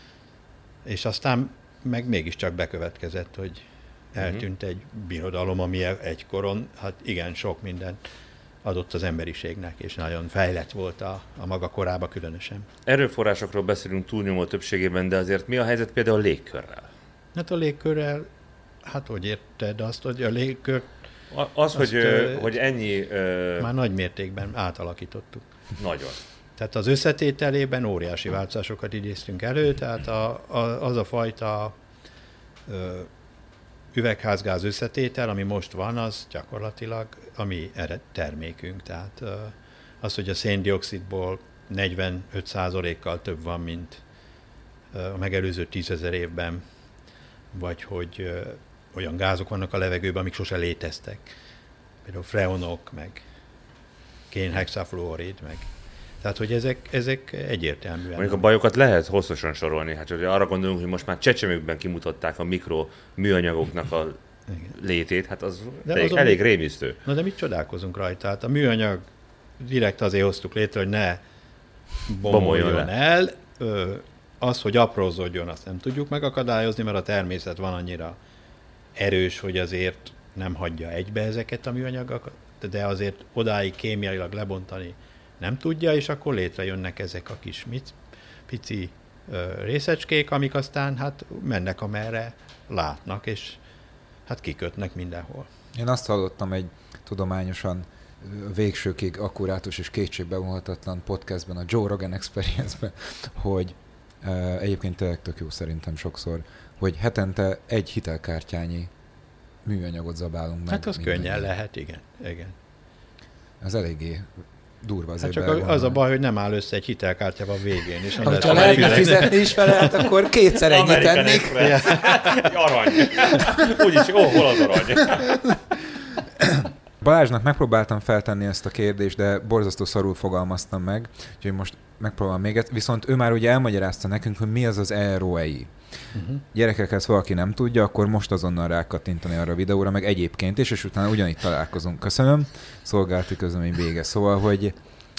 És aztán meg mégiscsak bekövetkezett, hogy eltűnt egy birodalom, ami egykoron, hát igen, sok mindent adott az emberiségnek, és nagyon fejlett volt a, a maga korában különösen. Erőforrásokról beszélünk túlnyomó többségében, de azért mi a helyzet például a légkörrel? Hát a légkörrel, hát hogy érted azt, hogy a légkör... Az, azt, hogy, ö, hogy ennyi... Ö... Már nagy mértékben átalakítottuk. Nagyon. Tehát az összetételében óriási változásokat idéztünk elő, tehát a, a, az a fajta ö, üvegházgáz összetétel, ami most van, az gyakorlatilag a mi termékünk. Tehát ö, az, hogy a széndioxidból negyvenöt százalékkal több van, mint ö, a megelőző tízezer évben, vagy hogy ö, olyan gázok vannak a levegőben, amik sose léteztek. Például freonok, meg kén-hexafluorid, meg tehát, hogy ezek, ezek egyértelműen... Mondjuk a bajokat lehet hosszasan sorolni. Hát, hogy arra gondolunk, hogy most már csecsemőkben kimutatták a mikro műanyagoknak a igen. létét, hát az elég, elég mit, rémisztő. Na de mit csodálkozunk rajta? Hát a műanyag direkt azért hoztuk létre, hogy ne bomoljon, bomoljon el. Ö, az, hogy aprózódjon, azt nem tudjuk megakadályozni, mert a természet van annyira erős, hogy azért nem hagyja egybe ezeket a műanyagokat, de azért odáig kémiailag lebontani nem tudja, és akkor létrejönnek ezek a kis mit, pici ö, részecskék, amik aztán hát mennek, amerre látnak, és hát kikötnek mindenhol. Én azt hallottam egy tudományosan végsőkig akkurátus és kétségbevonhatatlan podcastben, a Joe Rogan Experience-ben, hogy uh, egyébként tényleg tök jó szerintem sokszor, hogy hetente egy hitelkártyányi műanyagot zabálunk meg. Hát az könnyen lehet, igen. igen. Ez eléggé durva azért. Hát csak az a baj, hogy nem áll össze egy hitelkártyával végén. És ha ha lehetne fizetni is vele, hát akkor kétszer ennyit tennék. Arany. Úgyis, ó, hol az arany? Balázsnak megpróbáltam feltenni ezt a kérdést, de borzasztó szarul fogalmaztam meg, úgyhogy most megpróbálom még egyszer. Viszont ő már ugye elmagyarázta nekünk, hogy mi az az E R O E I. Uh-huh. Gyerekek, ezt valaki nem tudja, akkor most azonnal rákattintani arra a videóra, meg egyébként is, és utána ugyanígy találkozunk. Köszönöm. Szolgálati közlemény vége. Szóval, hogy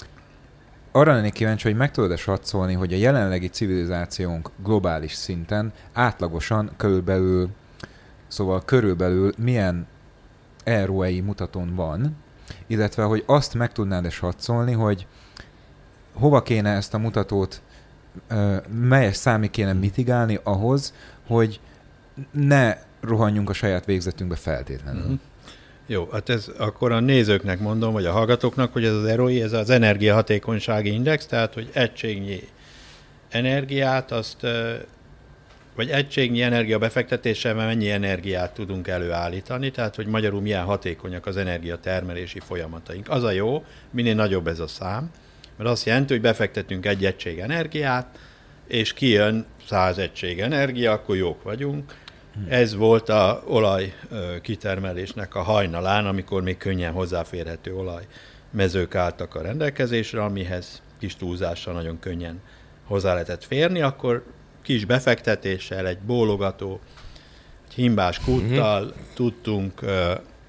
arra lennék kíváncsi, hogy meg tudod-e satszolni, hogy a jelenlegi civilizációnk globális szinten átlagosan körülbelül, szóval körülbelül milyen E R O E I mutatón van, illetve hogy azt meg tudnád-e satszolni, hogy hova kéne ezt a mutatót, melyes számig kéne mitigálni ahhoz, hogy ne rohanjunk a saját végzetünkbe feltétlenül. Mm-hmm. Jó, hát ez akkor a nézőknek mondom, vagy a hallgatóknak, hogy ez az E R O E I, ez az energiahatékonysági index, tehát hogy egységnyi energiát, azt, vagy egységnyi energia befektetéssel mennyi energiát tudunk előállítani, tehát hogy magyarul milyen hatékonyak az energiatermelési folyamataink. Az a jó, minél nagyobb ez a szám, mert azt jelenti, hogy befektetünk egy egység energiát, és kijön száz egység energia, akkor jók vagyunk. Hmm. Ez volt a olaj kitermelésnek a hajnalán, amikor még könnyen hozzáférhető olajmezők álltak a rendelkezésre, amihez kis túlzással nagyon könnyen hozzá lehetett férni, akkor kis befektetéssel, egy bólogató, egy himbás kúttal hmm. tudtunk ö,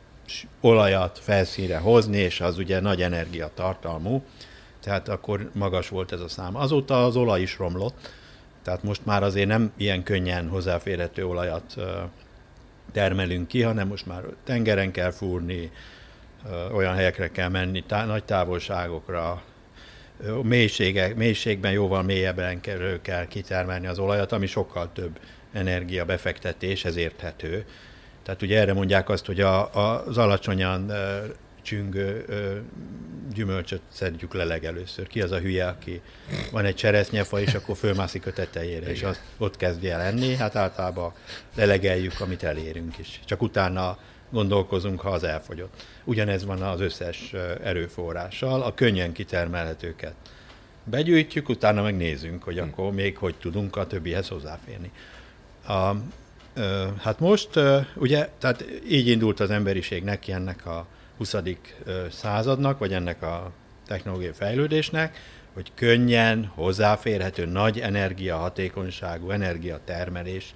olajat felszínre hozni, és az ugye nagy energiatartalmú, tehát akkor magas volt ez a szám. Azóta az olaj is romlott, tehát most már azért nem ilyen könnyen hozzáférhető olajat termelünk ki, hanem most már tengeren kell fúrni, olyan helyekre kell menni, tá- nagy távolságokra, mélységek, mélységben jóval mélyebben kell, kell kitermelni az olajat, ami sokkal több energiabefektetés, ez érthető. Tehát ugye erre mondják azt, hogy a, a, az alacsonyan csüngő ö, gyümölcsöt szedjük le legelőször. Ki az a hülye, aki van egy cseresznyefa, és akkor fölmászik a tetejére, és azt ott kezdi el enni. Hát általában lelegeljük, amit elérünk is. Csak utána gondolkozunk, ha az elfogyott. Ugyanez van az összes erőforrással, a könnyen kitermelhetőket begyűjtjük, utána megnézzünk, hogy akkor még hogy tudunk a többihez hozzáférni. A, ö, hát most, ö, ugye, tehát így indult az emberiség neki ennek a huszadik századnak, vagy ennek a technológiai fejlődésnek, hogy könnyen, hozzáférhető, nagy energiahatékonyságú energiatermelési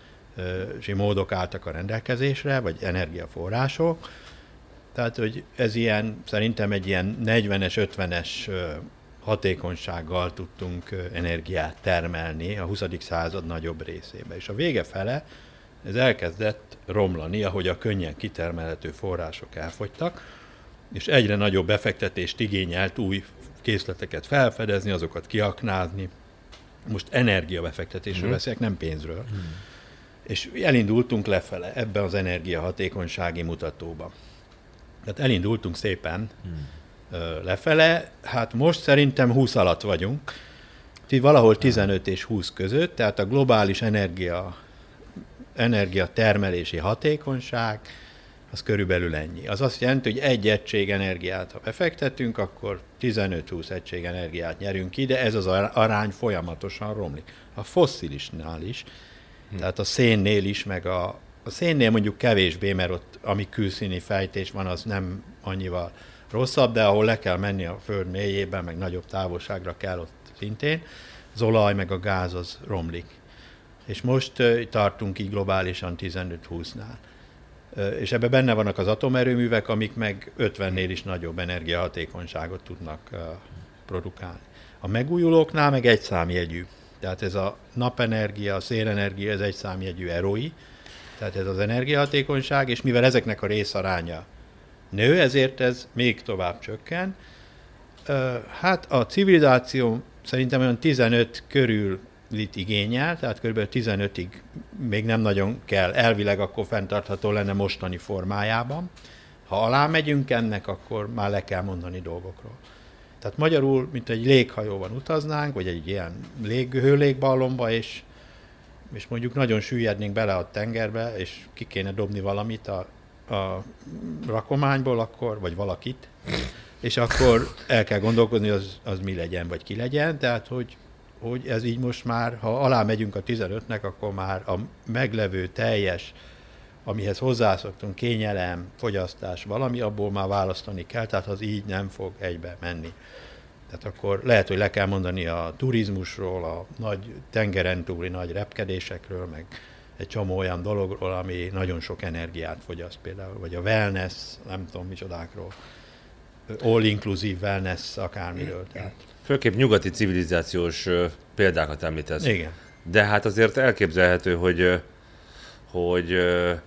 módok álltak a rendelkezésre, vagy energiaforrások. Tehát, hogy ez ilyen, szerintem egy ilyen negyvenes, ötvenes hatékonysággal tudtunk energiát termelni a huszadik század nagyobb részébe. És a vége fele ez elkezdett romlani, ahogy a könnyen kitermelhető források elfogytak, és egyre nagyobb befektetést igényelt új készleteket felfedezni, azokat kiaknázni. Most energiabefektetésről hmm. beszélek, nem pénzről. Hmm. És elindultunk lefele ebben az energiahatékonysági mutatóba. Tehát elindultunk szépen hmm. lefele, hát most szerintem húsz alatt vagyunk, valahol tizenöt és húsz között, tehát a globális energia energiatermelési hatékonyság, az körülbelül ennyi. Az azt jelenti, hogy egy egység energiát, ha befektetünk, akkor tizenöt-húsz egység energiát nyerünk ki, de ez az arány folyamatosan romlik. A fosszilisnál is, hm. tehát a szénnél is, meg a, a szénnél mondjuk kevésbé, mert ott ami külszíni fejtés van, az nem annyival rosszabb, de ahol le kell menni a föld mélyében, meg nagyobb távolságra kell ott szintén, az olaj meg a gáz az romlik. És most uh, tartunk így globálisan tizenöt-húsznál. Uh, és ebben benne vannak az atomerőművek, amik meg ötvennél is nagyobb energiahatékonyságot tudnak uh, produkálni. A megújulóknál meg egy számjegyű. Tehát ez a napenergia, a szélenergia, ez egy számjegyű E R O E I, tehát ez az energiahatékonyság, és mivel ezeknek a részaránya nő, ezért ez még tovább csökken. Uh, hát a civilizáció szerintem olyan tizenöt körül lit igényel, tehát kb. tizenötig még nem nagyon kell, elvileg akkor fenntartható lenne mostani formájában, Ha alá megyünk ennek, akkor már le kell mondani dolgokról. Tehát magyarul, mint egy léghajóban utaznánk, vagy egy ilyen lég, hőlégballonba, és, és mondjuk nagyon süllyednénk bele a tengerbe, és ki kéne dobni valamit a, a rakományból, akkor, vagy valakit, és akkor el kell gondolkozni, hogy az, az mi legyen, vagy ki legyen, tehát hogy, hogy ez így most már, ha alá megyünk a tizenötnek, akkor már a meglevő teljes, amihez hozzászoktunk, kényelem, fogyasztás, valami, abból már választani kell, tehát az így nem fog egybe menni. Tehát akkor lehet, hogy le kell mondani a turizmusról, a nagy tengeren túli nagy repkedésekről, meg egy csomó olyan dologról, ami nagyon sok energiát fogyaszt például, vagy a wellness, nem tudom micsodákról, all-inclusive wellness, akármiről. Tehát. Főképp nyugati civilizációs példákat említesz. Igen. De hát azért elképzelhető, hogy, hogy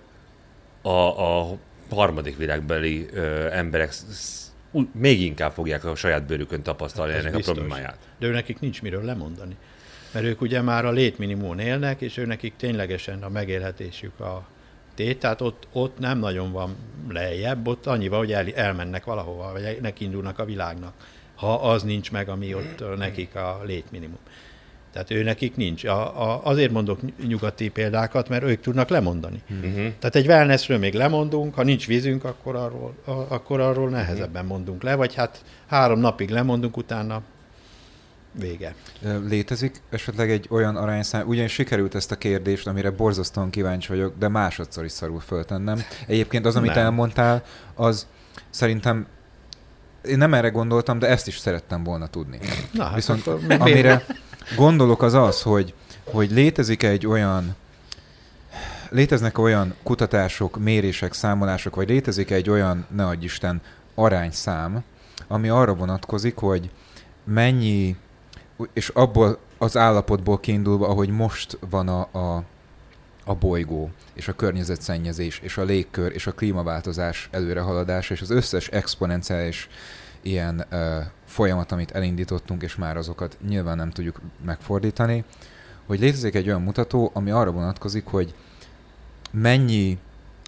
a, a harmadik világbeli emberek még inkább fogják a saját bőrükön tapasztalni hát ennek biztos. A problémáját. De őnekik nincs miről lemondani. Mert ők ugye már a létminimumon élnek, és őnekik ténylegesen a megélhetésük a tét, tehát ott, ott nem nagyon van lejjebb, ott annyi van, hogy el, elmennek valahova, vagy nekindulnak a világnak, ha az nincs meg, ami ott nekik a létminimum. Tehát ő nekik nincs. A, a, azért mondok nyugati példákat, mert ők tudnak lemondani. Uh-huh. Tehát egy wellnessről még lemondunk, ha nincs vízünk, akkor arról, a, akkor arról nehezebben mondunk le, vagy hát három napig lemondunk, utána vége. Létezik esetleg egy olyan arányszám, ugyanis sikerült ezt a kérdést, amire borzasztóan kíváncsi vagyok, de másodszor is szarul föltennem. Egyébként az, amit nem. elmondtál, az szerintem én nem erre gondoltam, de ezt is szerettem volna tudni. Na, hát viszont amire gondolok az az, hogy, hogy létezik egy olyan, léteznek olyan kutatások, mérések, számolások, vagy létezik egy olyan, ne adj Isten, arányszám, ami arra vonatkozik, hogy mennyi, és abból az állapotból kiindulva, ahogy most van a, a, a bolygó, és a környezetszennyezés, és a légkör, és a klímaváltozás előrehaladása, és az összes exponenciális ilyen ö, folyamat, amit elindítottunk, és már azokat nyilván nem tudjuk megfordítani, hogy létezik egy olyan mutató, ami arra vonatkozik, hogy mennyi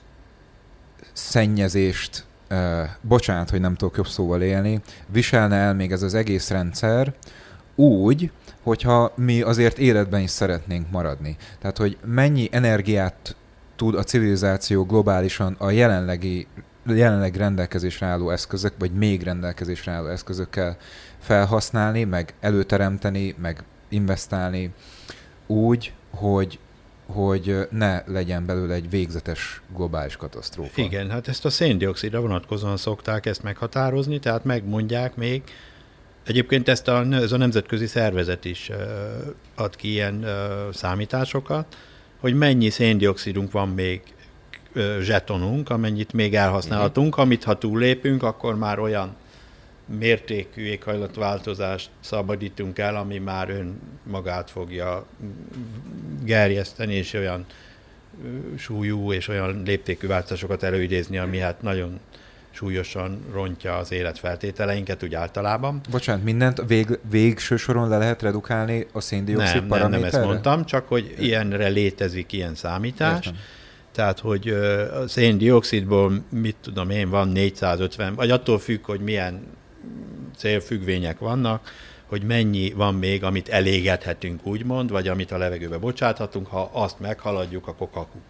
szennyezést, ö, bocsánat, hogy nem tudok jobb szóval élni, viselne el még ez az egész rendszer úgy, hogyha mi azért életben is szeretnénk maradni. Tehát, hogy mennyi energiát tud a civilizáció globálisan a jelenlegi jelenleg rendelkezésre álló eszközök, vagy még rendelkezésre álló eszközökkel felhasználni, meg előteremteni, meg investálni úgy, hogy, hogy ne legyen belőle egy végzetes globális katasztrófa. Igen, hát ezt a széndioxidra vonatkozóan szokták ezt meghatározni, tehát megmondják még, egyébként ezt a, ez a nemzetközi szervezet is uh, ad ki ilyen uh, számításokat, hogy mennyi széndioxidunk van még zsetonunk, amennyit még elhasználhatunk, amit ha túllépünk, akkor már olyan mértékű éghajlatváltozást szabadítunk el, ami már önmagát fogja gerjeszteni, és olyan súlyú és olyan léptékű változásokat előidézni, ami hát nagyon súlyosan rontja az életfeltételeinket, úgy általában. Bocsánat, mindent vég, végső soron le lehet redukálni a széndioxid nem, paraméterre? Nem, nem ezt mondtam, csak hogy ilyenre létezik ilyen számítás. Értem. Tehát, hogy a széndioxidból, mit tudom én, van négyszázötven, vagy attól függ, hogy milyen célfüggvények vannak, hogy mennyi van még, amit elégethetünk, úgymond, vagy amit a levegőbe bocsáthatunk, ha azt meghaladjuk, akkor kakuk.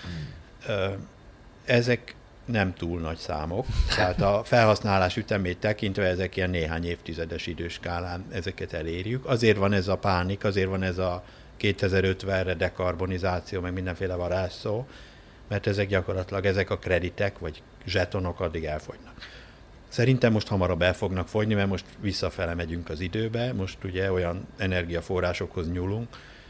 Hmm. Ezek nem túl nagy számok, tehát a felhasználás ütemét tekintve ezek ilyen néhány évtizedes időskálán ezeket elérjük. Azért van ez a pánik, azért van ez a kétezer-ötvenre dekarbonizáció, meg mindenféle varázsszó, mert ezek gyakorlatilag, ezek a kreditek, vagy zsetonok addig elfogynak. Szerintem most hamarabb el fognak fogyni, mert most visszafele megyünk az időbe, most ugye olyan energiaforrásokhoz nyúlunk,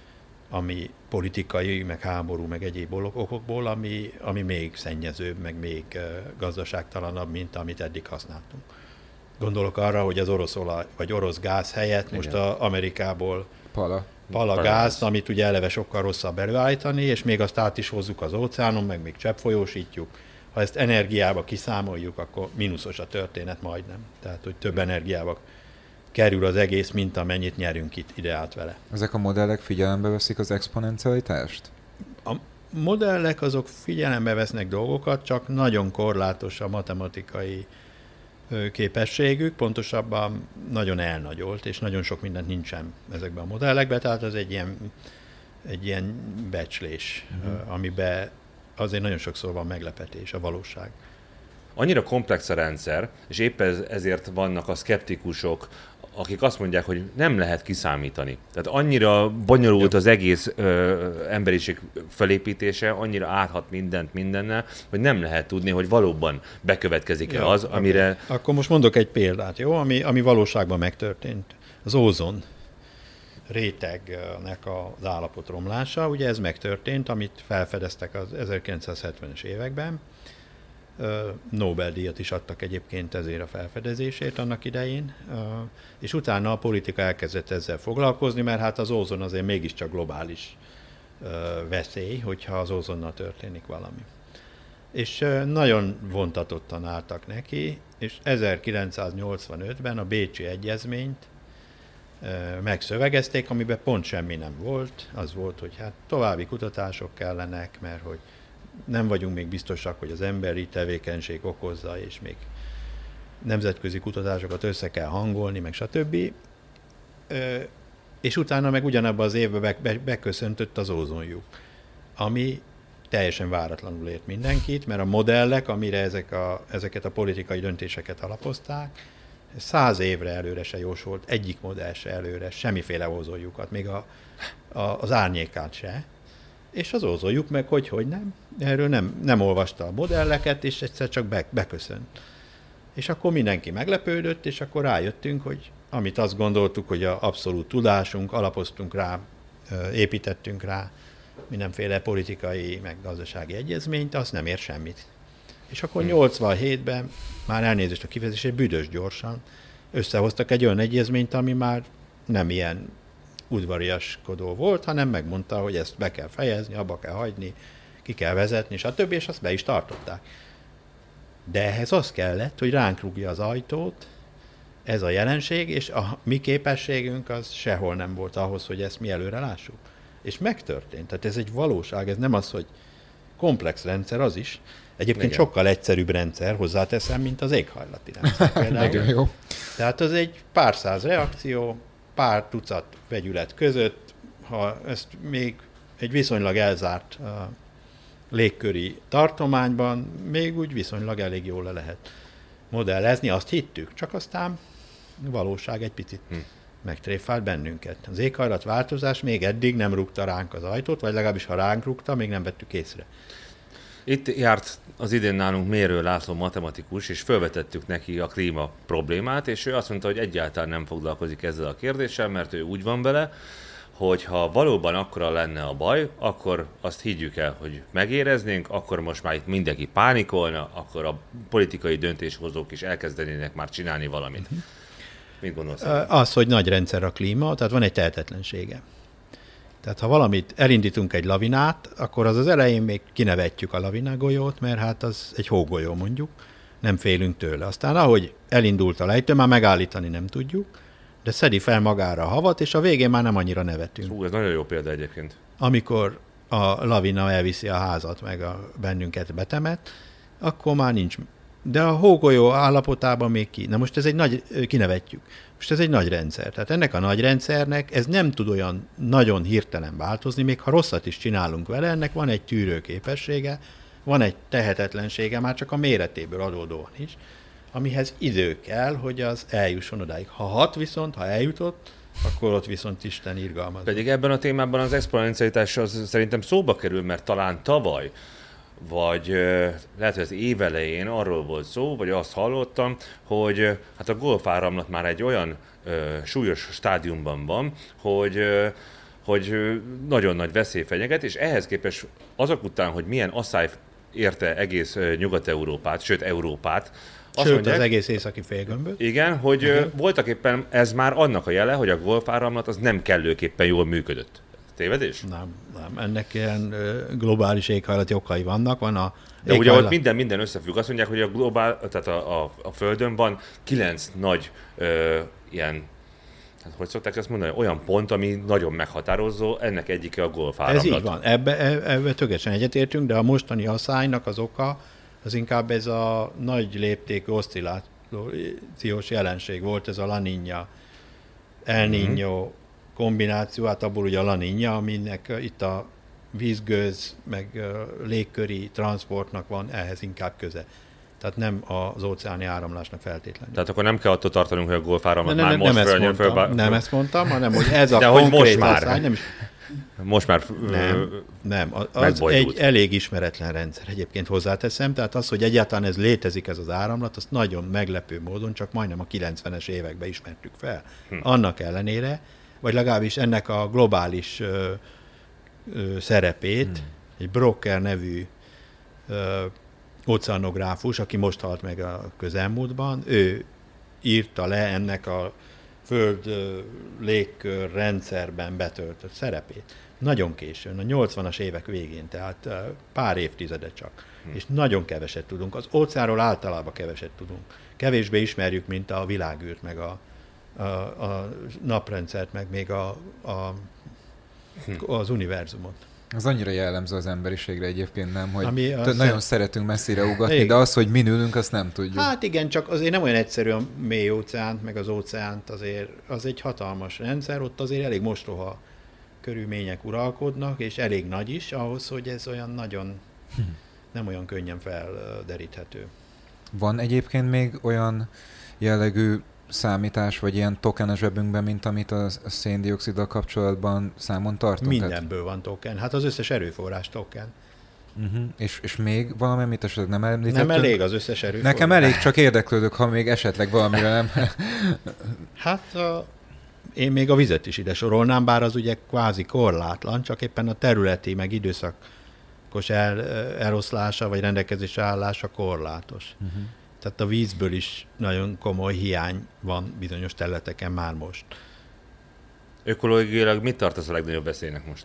ami politikai, meg háború, meg egyéb okokból, ami, ami még szennyezőbb, meg még gazdaságtalanabb, mint amit eddig használtunk. Gondolok arra, hogy az orosz olaj, vagy orosz gáz helyett igen. most a Amerikából Pala. palagázt, amit ugye eleve sokkal rosszabb előállítani, és még azt át is hozzuk az óceánon, meg még cseppfolyósítjuk. Ha ezt energiába kiszámoljuk, akkor mínuszos a történet majdnem. Tehát, hogy több energiába kerül az egész, mint amennyit nyerünk itt ide át vele. Ezek a modellek figyelembe veszik az exponencialitást? A, modellek azok figyelembe vesznek dolgokat, csak nagyon korlátos a matematikai képességük, pontosabban nagyon elnagyolt, és nagyon sok mindent nincsen ezekben a modellekben, tehát az egy ilyen, egy ilyen becslés, uh-huh. amiben azért nagyon sokszor van meglepetés, a valóság. Annyira komplex a rendszer, és éppen ezért vannak a szkeptikusok, akik azt mondják, hogy nem lehet kiszámítani. Tehát annyira bonyolult az egész ö, emberiség felépítése, annyira áthat mindent mindennel, hogy nem lehet tudni, hogy valóban bekövetkezik-e ja, az, amire... Okay. Akkor most mondok egy példát, jó? Ami, ami valóságban megtörtént. Az ózon rétegnek az állapotromlása, ugye ez megtörtént, amit felfedeztek az ezerkilencszázhetvenes években. Nobel-díjat is adtak egyébként ezért a felfedezésért annak idején, és utána a politika elkezdett ezzel foglalkozni, mert hát az ózon azért mégiscsak globális veszély, hogyha az ózonnal történik valami. És nagyon vontatottan álltak neki, és ezerkilencszáznyolcvanötben a Bécsi Egyezményt megszövegezték, amiben pont semmi nem volt. Az volt, hogy hát további kutatások kellenek, mert hogy nem vagyunk még biztosak, hogy az emberi tevékenység okozza, és még nemzetközi kutatásokat össze kell hangolni, meg stb. És utána meg ugyanabban az évben beköszöntött az ózonlyuk, ami teljesen váratlanul ért mindenkit, mert a modellek, amire ezek a, ezeket a politikai döntéseket alapozták, száz évre előre se jósolt, egyik modell se előre, semmiféle ózonlyukat, még a, a, az árnyékát se. És az ózonlyuk meg, hogy, hogy nem. Erről nem, nem olvasta a modelleket, és egyszer csak be, beköszönt. És akkor mindenki meglepődött, és akkor rájöttünk, hogy amit azt gondoltuk, hogy a abszolút tudásunk, alapoztunk rá, építettünk rá mindenféle politikai, meg gazdasági egyezményt, az nem ér semmit. És akkor nyolcvanhétben, már elnézést a kifejezését, büdös gyorsan összehoztak egy olyan egyezményt, ami már nem ilyen udvariaskodó volt, hanem megmondta, hogy ezt be kell fejezni, abba kell hagyni, ki kell vezetni, stb. És azt be is tartották. De ehhez az kellett, hogy ránk rúgja az ajtót ez a jelenség, és a mi képességünk az sehol nem volt ahhoz, hogy ezt mi előre lássuk. És megtörtént. Tehát ez egy valóság, ez nem az, hogy komplex rendszer, az is. Egyébként igen. Sokkal egyszerűbb rendszer, hozzáteszem, mint az éghajlati rendszer. Nagyon jó. Tehát az egy pár száz reakció, pár tucat vegyület között, ha ezt még egy viszonylag elzárt uh, légköri tartományban még úgy viszonylag elég jól le lehet modellezni, azt hittük, csak aztán valóság egy picit hm. megtréfált bennünket. Az éghajlatváltozás még eddig nem rúgta ránk az ajtót, vagy legalábbis ha ránk rúgta, még nem vettük észre. Itt járt az idén nálunk Mérő László matematikus, és felvetettük neki a klíma problémát, és ő azt mondta, hogy egyáltalán nem foglalkozik ezzel a kérdéssel, mert ő úgy van vele, hogy ha valóban akkora lenne a baj, akkor azt higgyük el, hogy megéreznénk, akkor most már itt mindenki pánikolna, akkor a politikai döntéshozók is elkezdenének már csinálni valamit. Uh-huh. Mit gondolsz? Az, hogy nagy rendszer a klíma, tehát van egy tehetetlensége. Tehát ha valamit elindítunk egy lavinát, akkor az az elején még kinevetjük a lavinágolyót, mert hát az egy hógolyó mondjuk, nem félünk tőle. Aztán ahogy elindult a lejtő, már megállítani nem tudjuk, de szedi fel magára a havat, és a végén már nem annyira nevetünk. Hú, ez nagyon jó példa egyébként. Amikor a lavina elviszi a házat, meg a bennünket betemet, akkor már nincs. De a hógolyó állapotában még ki. Na most ez egy nagy, kinevetjük. Most ez egy nagy rendszer. Tehát ennek a nagy rendszernek ez nem tud olyan nagyon hirtelen változni, még ha rosszat is csinálunk vele, ennek van egy tűrőképessége, van egy tehetetlensége, már csak a méretéből adódóan is, amihez idő kell, hogy az eljusson odáig. Ha hat viszont, ha eljutott, akkor ott viszont Isten irgalmaz. Pedig ebben a témában az exponencialitás az szerintem szóba kerül, mert talán tavaly, vagy lehet, hogy az év elején arról volt szó, vagy azt hallottam, hogy hát a golfáramlat már egy olyan ö, súlyos stádiumban van, hogy, ö, hogy nagyon nagy veszély fenyeget, és ehhez képest azok után, hogy milyen asszály érte egész Nyugat-Európát, sőt Európát, Azt Sőt, mondják, az egész északi félgömböt. Igen, hogy igen. voltak éppen ez már annak a jele, hogy a golfáramlat az nem kellőképpen jól működött. Tévedés? Nem, nem. Ennek ilyen globális éghajlati okai vannak. Van a De éghajlat... ugye ott minden, minden összefügg. Azt mondják, hogy a, globál, tehát a, a, a Földön van kilenc nagy ö, ilyen Hát hogy szokták ezt mondani? Olyan pont, ami nagyon meghatározó, ennek egyike a golfáramlat. Ez így van, ebbe, ebbe tökéletesen egyetértünk, de a mostani asszálynak az oka az inkább ez a nagy léptékű oszcillációs jelenség volt, ez a La Niña, El Niño mm. kombináció, hát abból ugye a La Niña, aminek itt a vízgőz, meg légköri transportnak van ehhez inkább köze. Tehát nem az óceáni áramlásnak feltétlenül. Tehát akkor nem kell attól tartanunk, hogy a golfáramlat ne, már ne, most nem följön ezt mondtam, föl. Nem ezt mondtam, hanem hogy ez a de konkrét hogy most már. asszály, nem is... Most már nem, nem, az egy elég ismeretlen rendszer, egyébként hozzáteszem, tehát az, hogy egyáltalán ez létezik, ez az áramlat, azt nagyon meglepő módon csak majdnem a kilencvenes években ismertük fel. Hm. Annak ellenére, vagy legalábbis ennek a globális ö, ö, szerepét, hm. egy Brocker nevű ö, oceanográfus, aki most halt meg a közelmúltban, ő írta le ennek a föld ö, légkör rendszerben betöltött szerepét. Nagyon későn, a nyolcvanas évek végén, tehát ö, pár évtizede csak. Hm. És nagyon keveset tudunk. Az óceánról általában keveset tudunk. Kevésbé ismerjük, mint a világűrt, meg a, a, a naprendszert, meg még a, a, hm. az univerzumot. Az annyira jellemző az emberiségre egyébként, nem, hogy az nagyon az... szeretünk messzire ugatni, igen. De az, hogy min ülünk, azt nem tudjuk. Hát igen, csak azért nem olyan egyszerű a mély óceánt, meg az óceánt, azért az egy hatalmas rendszer, ott azért elég mostoha körülmények uralkodnak, és elég nagy is ahhoz, hogy ez olyan nagyon, hm. nem olyan könnyen felderíthető. Van egyébként még olyan jellegű számítás, vagy ilyen token a zsebünkben, mint amit a széndioxiddal kapcsolatban számon tartunk? Mindenből van token. Hát az összes erőforrás token. Uh-huh. És, és még valami, amit esetleg nem említettünk? Nem elég az összes erőforrás. Nekem elég, csak érdeklődök, ha még esetleg valamivel nem... Hát a, én még a vizet is ide sorolnám, bár az ugye kvázi korlátlan, csak éppen a területi, meg időszakos el, eloszlása, vagy rendelkezésre állása korlátos. Uh-huh. Tehát a vízből is nagyon komoly hiány van bizonyos területeken már most. Ökológiailag mit tartasz a legnagyobb veszélynek most?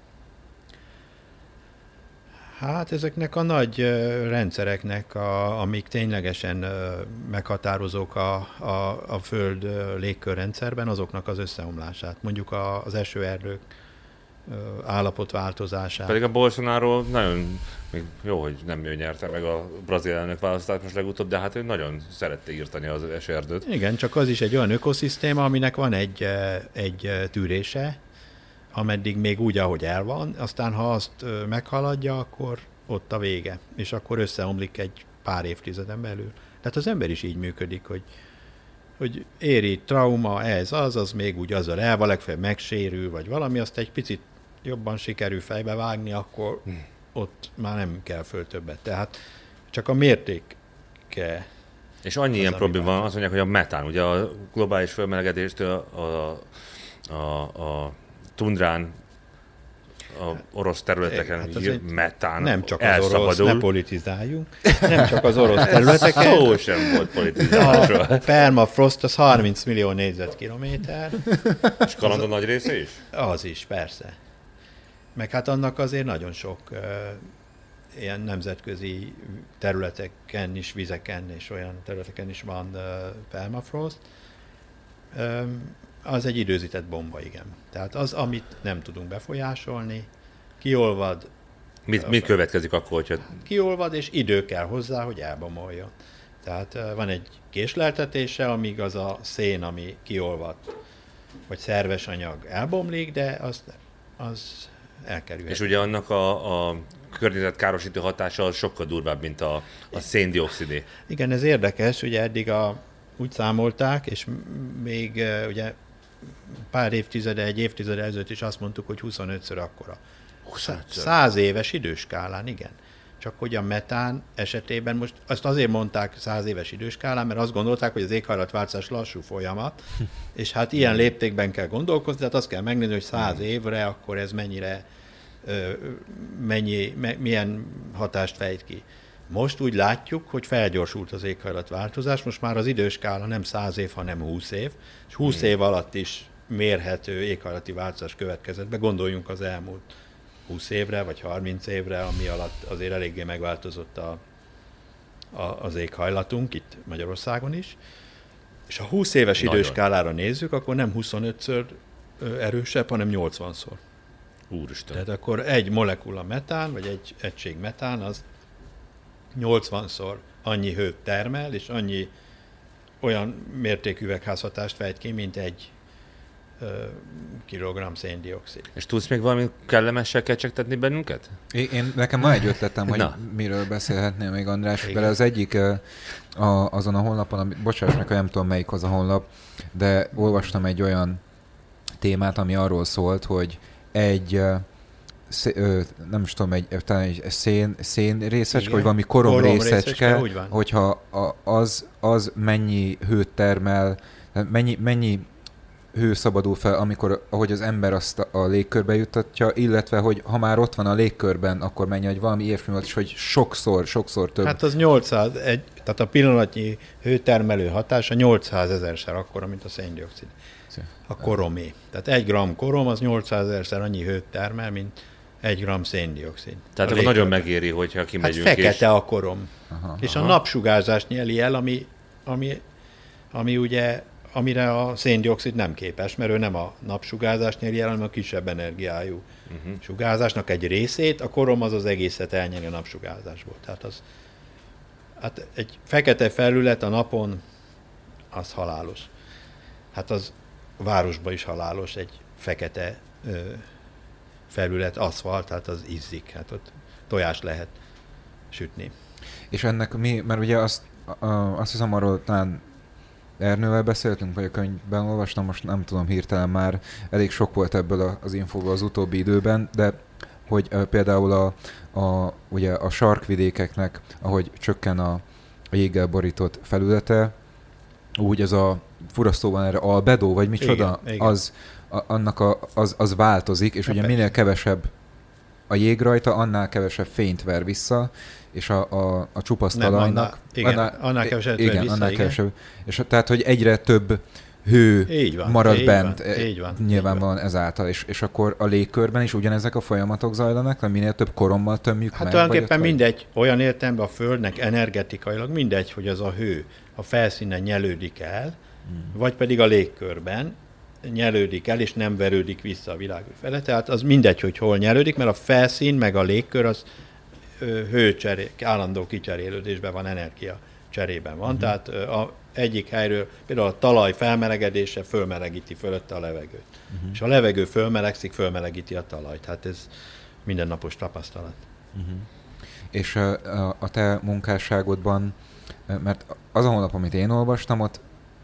Hát ezeknek a nagy uh, rendszereknek, a, amik ténylegesen uh, meghatározók a, a, a Föld uh, légkörrendszerben, azoknak az összeomlását. Mondjuk a, az esőerdők uh, állapotváltozását. Pedig a Bolsonaro nagyon, még jó, hogy nem ő nyerte meg a brazil elnök választást most legutóbb, de hát ő nagyon szerette írtani az esőerdőt. Igen, csak az is egy olyan ökoszisztéma, aminek van egy, egy tűrése, ameddig még úgy, ahogy el van, aztán ha azt meghaladja, akkor ott a vége, és akkor összeomlik egy pár évtizeden belül. Tehát az ember is így működik, hogy, hogy éri trauma, ez, az, az még úgy azzal elva, legfeljebb megsérül, vagy valami, azt egy picit jobban sikerül fejbe vágni, akkor hmm. ott már nem kell föl többet. Tehát csak a mértéke. És annyi ilyen probléma van, azt mondják, hogy a metán, ugye a globális felmelegedéstől a, a, a, a tundrán, a orosz területeken hát egy, metán nem csak elszabadul. Az orosz, ne politizáljunk, nem csak az orosz területeken. Szó sem volt politizálásról. A permafrost az harminc millió négyzetkilométer. És Kanada nagy része is? Az is, persze. Meg hát annak azért nagyon sok uh, ilyen nemzetközi területeken is, vizeken és olyan területeken is van uh, permafrost. Um, az egy időzített bomba, igen. Tehát az, amit nem tudunk befolyásolni, kiolvad. Mit, mit következik akkor, hogyha... Kiolvad, és idő kell hozzá, hogy elbomoljon. Tehát uh, van egy késleltetése, amíg az a szén, ami kiolvad, vagy szerves anyag elbomlik, de az, az elkerül. És ugye annak a, a környezetkárosító hatása az sokkal durvább, mint a, a széndioxidé. Igen, ez érdekes, ugye eddig a, úgy számolták, és még uh, ugye pár évtizede, egy évtizede ezelőtt is azt mondtuk, hogy huszonötször akkora. huszonötször Száz éves időskálán, igen. Csak hogy a metán esetében most azt azért mondták száz éves időskálán, mert azt gondolták, hogy az éghajlatváltozás lassú folyamat, és hát ilyen léptékben kell gondolkozni, tehát azt kell megnézni, hogy száz évre akkor ez mennyire, mennyi, milyen hatást fejt ki. Most úgy látjuk, hogy felgyorsult az éghajlatváltozás, most már az időskála nem száz év, hanem húsz év, és húsz év alatt is mérhető éghajlati változás következett be. Gondoljunk az elmúlt húsz évre, vagy harminc évre, ami alatt azért eléggé megváltozott a, a, az éghajlatunk, itt Magyarországon is. És ha húsz éves Nagyon. időskálára nézzük, akkor nem huszonötször erősebb, hanem nyolcvanszor. Úristen. Tehát akkor egy molekula metán, vagy egy egység metán, az nyolcvanszor annyi hőt termel, és annyi olyan mértékű üvegházhatást fejt ki, mint egy ö, kilogramm széndioxid. És tudsz még valami kellemessel kecsegtetni bennünket? Én, én, nekem van egy ötletem, hogy Na. miről beszélhetnél még, András. Igen. Bele az egyik a, azon a honlapon, ami, bocsáss meg, hogy nem tudom melyik az a honlap, de olvastam egy olyan témát, ami arról szólt, hogy egy Szé, ö, nem is tudom, egy, talán egy szén, szén részecske, vagy valami korom, korom részecske, részecske hogyha a, az, az mennyi hőt termel, mennyi, mennyi hő szabadul fel, amikor, ahogy az ember azt a, a légkörbe juttatja, illetve, hogy ha már ott van a légkörben, akkor mennyi, hogy valami ilyesmi volt, és hogy sokszor, sokszor több. Hát az nyolcszáz, egy, tehát a pillanatnyi hőtermelő hatása nyolcszázezerszer akkora, mint a széndioxid. A koromé. Tehát egy gramm korom az nyolcszázezerszer annyi hőt termel, mint egy gramm széndioxid. Tehát akkor nagyon megéri, hogyha hát kimegyünk. fekete és... a korom. Aha, és aha. a napsugárzást nyeli el, ami, ami, ami ugye, amire a széndioxid nem képes, mert ő nem a napsugárzást nyeli el, hanem a kisebb energiájú uh-huh. sugárzásnak egy részét, a korom az az egészet elnyeri a napsugárzásból. Tehát az, hát egy fekete felület a napon, az halálos. Hát az városban is halálos, egy fekete ö, felület, aszfalt, tehát az izzik, hát ott tojást lehet sütni. És ennek mi, mert ugye azt, a, azt hiszem arról talán Ernővel beszéltünk, vagy a könyvben olvastam, most nem tudom hirtelen már, elég sok volt ebből az infóból az utóbbi időben, de hogy uh, például a, a, ugye a sarkvidékeknek, ahogy csökken a, a jéggel borított felülete, úgy ez a furasztó van erre, albedo, vagy micsoda, igen, igen. az, a, annak a, az, az változik, és Na ugye persze. minél kevesebb a jég rajta, annál kevesebb fényt ver vissza, és a, a, a csupasz Nem, talajnak... annál, igen, annál, annál kevesebb igen, vissza, annál igen. kevesebb. És tehát, hogy egyre több hő Így van, marad így bent, van, így van, nyilvánvalóan ezáltal. És, és akkor a légkörben is ugyanezek a folyamatok zajlanak, hogy minél több korommal tömjük Hát meg? tulajdonképpen vagy mindegy, olyan értelemben a Földnek energetikailag mindegy, hogy az a hő a felszínen nyelődik el, hmm. vagy pedig a légkörben nyelődik el, és nem verődik vissza a világ fele. Tehát az mindegy, hogy hol nyelődik, mert a felszín meg a légkör az hőcseré, állandó kicserélődésben van, energia cserében van. Hmm. Tehát a egyik helyről, például a talaj felmelegedése fölmelegíti fölötte a levegőt. Uh-huh. És a levegő fölmelegszik, fölmelegíti a talajt. Hát ez mindennapos tapasztalat. Uh-huh. És a, a te munkásságodban, mert az a honlap, amit én olvastam, ott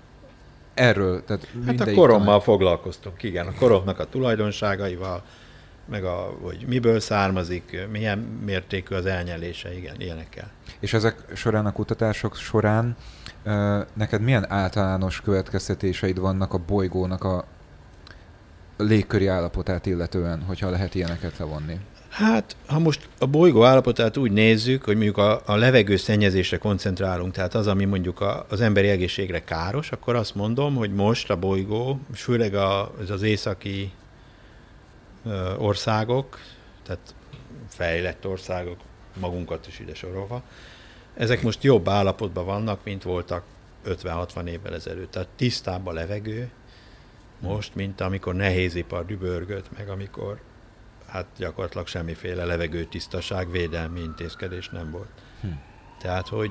erről, tehát hát a korommal talán... foglalkoztunk, igen, a koromnak a tulajdonságaival, meg a, hogy miből származik, milyen mértékű az elnyelése, igen, ilyenekkel. És ezek során, a kutatások során neked milyen általános következtetéseid vannak a bolygónak a légköri állapotát illetően, hogyha lehet ilyeneket levonni? Hát, ha most a bolygó állapotát úgy nézzük, hogy mondjuk a, a levegő szennyezésre koncentrálunk, tehát az, ami mondjuk a, az emberi egészségre káros, akkor azt mondom, hogy most a bolygó, és főleg a, ez az északi ö, országok, tehát fejlett országok, magunkat is ide sorolva, ezek most jobb állapotban vannak, mint voltak ötven-hatvan évvel ezelőtt. Tehát tisztább a levegő most, mint amikor nehézipar dübörgött, meg amikor hát gyakorlatilag semmiféle levegőtisztaság, védelmi intézkedés nem volt. Hm. Tehát, hogy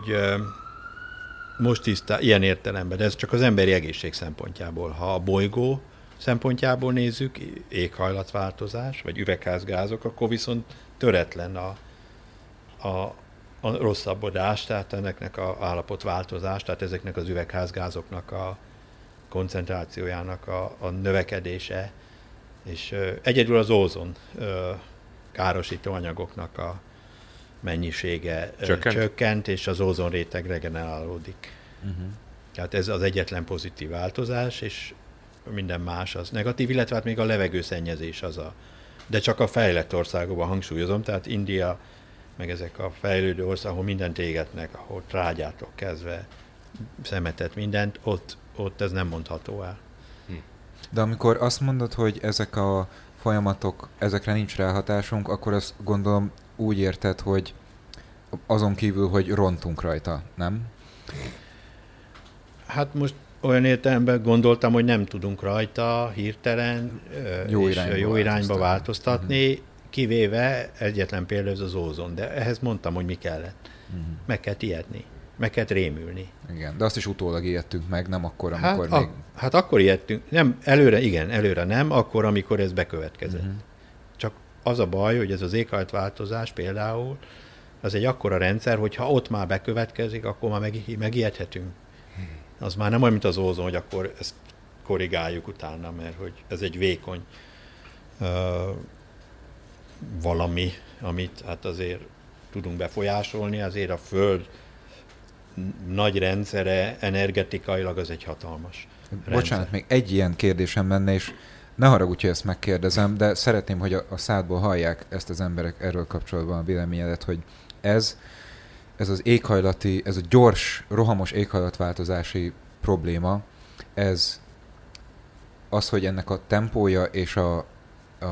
most tisztá, ilyen értelemben, de ez csak az emberi egészség szempontjából. Ha a bolygó szempontjából nézzük, éghajlatváltozás, vagy üvegházgázok, akkor viszont töretlen a, a, a rosszabbodás, tehát ennek a állapotváltozás, tehát ezeknek az üvegházgázoknak a koncentrációjának a, a növekedése, és ö, egyedül az ózon ö, károsító anyagoknak a mennyisége ö, csökkent. csökkent, és az ózonréteg regenerálódik. Uh-huh. Tehát ez az egyetlen pozitív változás, és minden más az negatív, illetve hát még a levegőszennyezés az a... De csak a fejlett országokban hangsúlyozom, tehát India, meg ezek a fejlődő országok, ahol mindent égetnek, ahol trágyától kezdve szemetet, mindent, ott, ott ez nem mondható el. De amikor azt mondod, hogy ezek a folyamatok, ezekre nincs ráhatásunk, akkor azt gondolom úgy érted, hogy azon kívül, hogy rontunk rajta, nem? Hát most olyan értelemben gondoltam, hogy nem tudunk rajta hirtelen jó és irányba, jó irányba változtatni, változtatni, uh-huh. kivéve egyetlen példa ez az ózon. De ehhez mondtam, hogy mi kellett. Uh-huh. Meg kell ijedni. Meg kell rémülni. Igen, de azt is utólag ijedtünk meg, nem akkor, amikor hát, még... A, hát akkor ijedtünk. Nem, előre igen, előre nem, akkor, amikor ez bekövetkezett. Uh-huh. Csak az a baj, hogy ez az éghajlatváltozás például, az egy akkora rendszer, hogy ha ott már bekövetkezik, akkor már meg, megijedhetünk. Az már nem olyan, mint az ózon, hogy akkor ezt korrigáljuk utána, mert hogy ez egy vékony uh, valami, amit hát azért tudunk befolyásolni, azért a Föld nagy rendszere energetikailag az egy hatalmas rendszer. Bocsánat, még egy ilyen kérdésem lenne, és ne haragudj, hogy ezt megkérdezem, de szeretném, hogy a, a szádból hallják ezt az emberek erről kapcsolatban a véleményedet, hogy ez, ez az éghajlati, ez a gyors, rohamos éghajlatváltozási probléma, ez az, hogy ennek a tempója és a, a,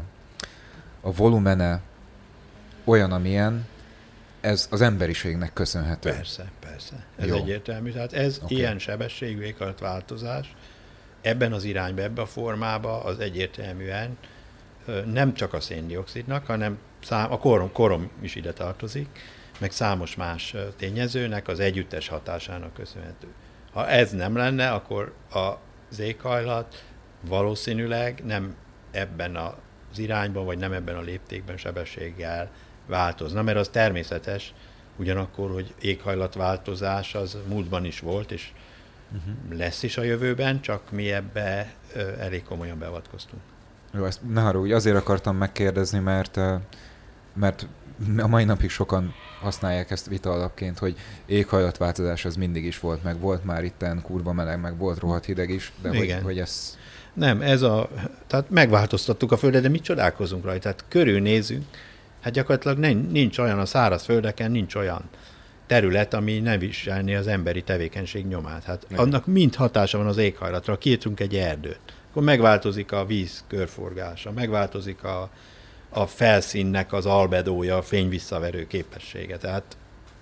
a volumene olyan, amilyen, ez az emberiségnek köszönhető. Persze, persze. Ez Jó. egyértelmű. Tehát ez okay. Ilyen sebességű éghajlatváltozás ebben az irányba, ebbe a formába az egyértelműen nem csak a széndioxidnak, hanem szám, a korom, korom is ide tartozik, meg számos más tényezőnek az együttes hatásának köszönhető. Ha ez nem lenne, akkor az éghajlat valószínűleg nem ebben az irányban, vagy nem ebben a léptékben sebességgel változna, mert az természetes, ugyanakkor, hogy éghajlatváltozás az múltban is volt, és uh-huh. lesz is a jövőben, csak mi ebbe elég komolyan beavatkoztunk. Jó, ezt ne haragudj, azért akartam megkérdezni, mert, mert a mai napig sokan használják ezt vita alapként, hogy éghajlatváltozás az mindig is volt, meg volt már itten kurva meleg, meg volt rohadt hideg is, de hogy, hogy ez... Nem, ez a... Tehát megváltoztattuk a Földet, de mit csodálkozunk rajta? Tehát körülnézünk, hát gyakorlatilag nincs olyan a száraz földeken, nincs olyan terület, ami ne viselné az emberi tevékenység nyomát. Hát nem. Annak mind hatása van az éghajlatra. Kiírtunk egy erdőt, akkor megváltozik a víz körforgása, megváltozik a, a felszínnek az albedója, a fényvisszaverő képessége. Tehát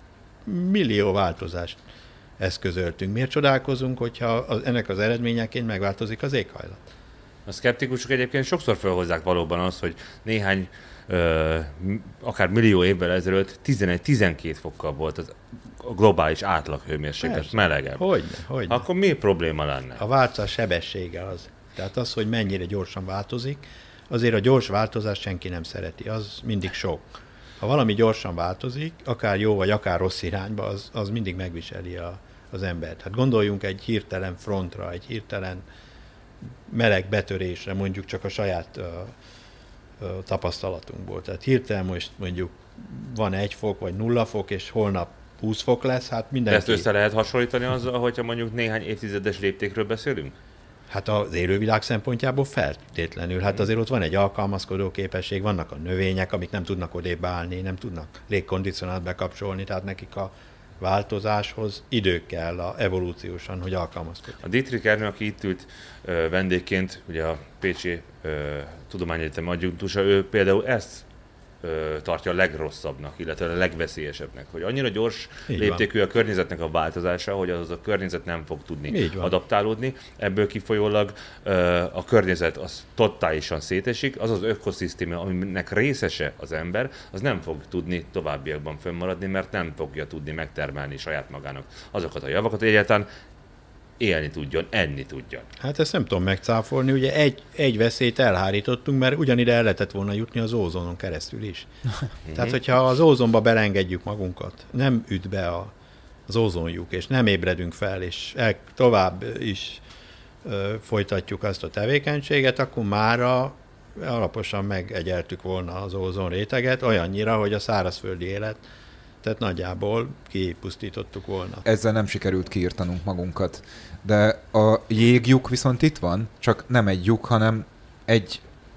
millió változást eszközöltünk. Miért csodálkozunk, hogyha az, ennek az eredményeként megváltozik az éghajlat? A szkeptikusok egyébként sokszor felhozzák valóban azt, hogy néhány Ö, akár millió évvel ezelőtt tizenegy-tizenkét fokkal volt az a globális átlaghőmérséklet melegebb. Hogyne, hogyne. Akkor mi probléma lenne? A változás sebessége az. Tehát az, hogy mennyire gyorsan változik, azért a gyors változást senki nem szereti, az mindig sok. Ha valami gyorsan változik, akár jó vagy akár rossz irányba, az, az mindig megviseli a, az embert. Hát gondoljunk egy hirtelen frontra, egy hirtelen meleg betörésre, mondjuk csak a saját uh, tapasztalatunkból. Tehát hirtelen most mondjuk van egy fok, vagy nulla fok, és holnap húsz fok lesz, hát mindenki... Ezt össze lehet hasonlítani azzal, hogyha mondjuk néhány évtizedes léptékről beszélünk? Hát az élővilág szempontjából feltétlenül. Hát azért ott van egy alkalmazkodó képesség, vannak a növények, amik nem tudnak odébb állni, nem tudnak légkondicionált bekapcsolni, tehát nekik a változáshoz idő kell a evolúciósan, hogy alkalmazkodjanak. A Dietrich Ernő, aki itt ült ö, vendégként, ugye a Pécsi ö, Tudományegyetem adjunktusa, ő például ezt ö, tartja a legrosszabbnak, illetve a legveszélyesebbnek, hogy annyira gyors Így léptékű van. A környezetnek a változása, hogy az a környezet nem fog tudni adaptálódni. Ebből kifolyólag ö, a környezet az totálisan szétesik, az az ökoszisztéma, aminek részese az ember, az nem fog tudni továbbiakban fönnmaradni, mert nem fogja tudni megtermelni saját magának azokat a javakat, hogy egyáltalán élni tudjon, enni tudjon. Hát ezt nem tudom megcáfolni, ugye egy, egy veszélyt elhárítottunk, mert ugyanide el lehetett volna jutni az ózonon keresztül is. Tehát, hogyha az ózonba belengedjük magunkat, nem üt be a, az ózonjuk, és nem ébredünk fel, és el, tovább is ö, folytatjuk azt a tevékenységet, akkor mára alaposan megegyeltük volna az ózon réteget, olyannyira, hogy a szárazföldi élet, tehát nagyjából kipusztítottuk volna. Ezzel nem sikerült kiírtanunk magunkat. De a jéglyuk viszont itt van, csak nem egy lyuk, hanem egy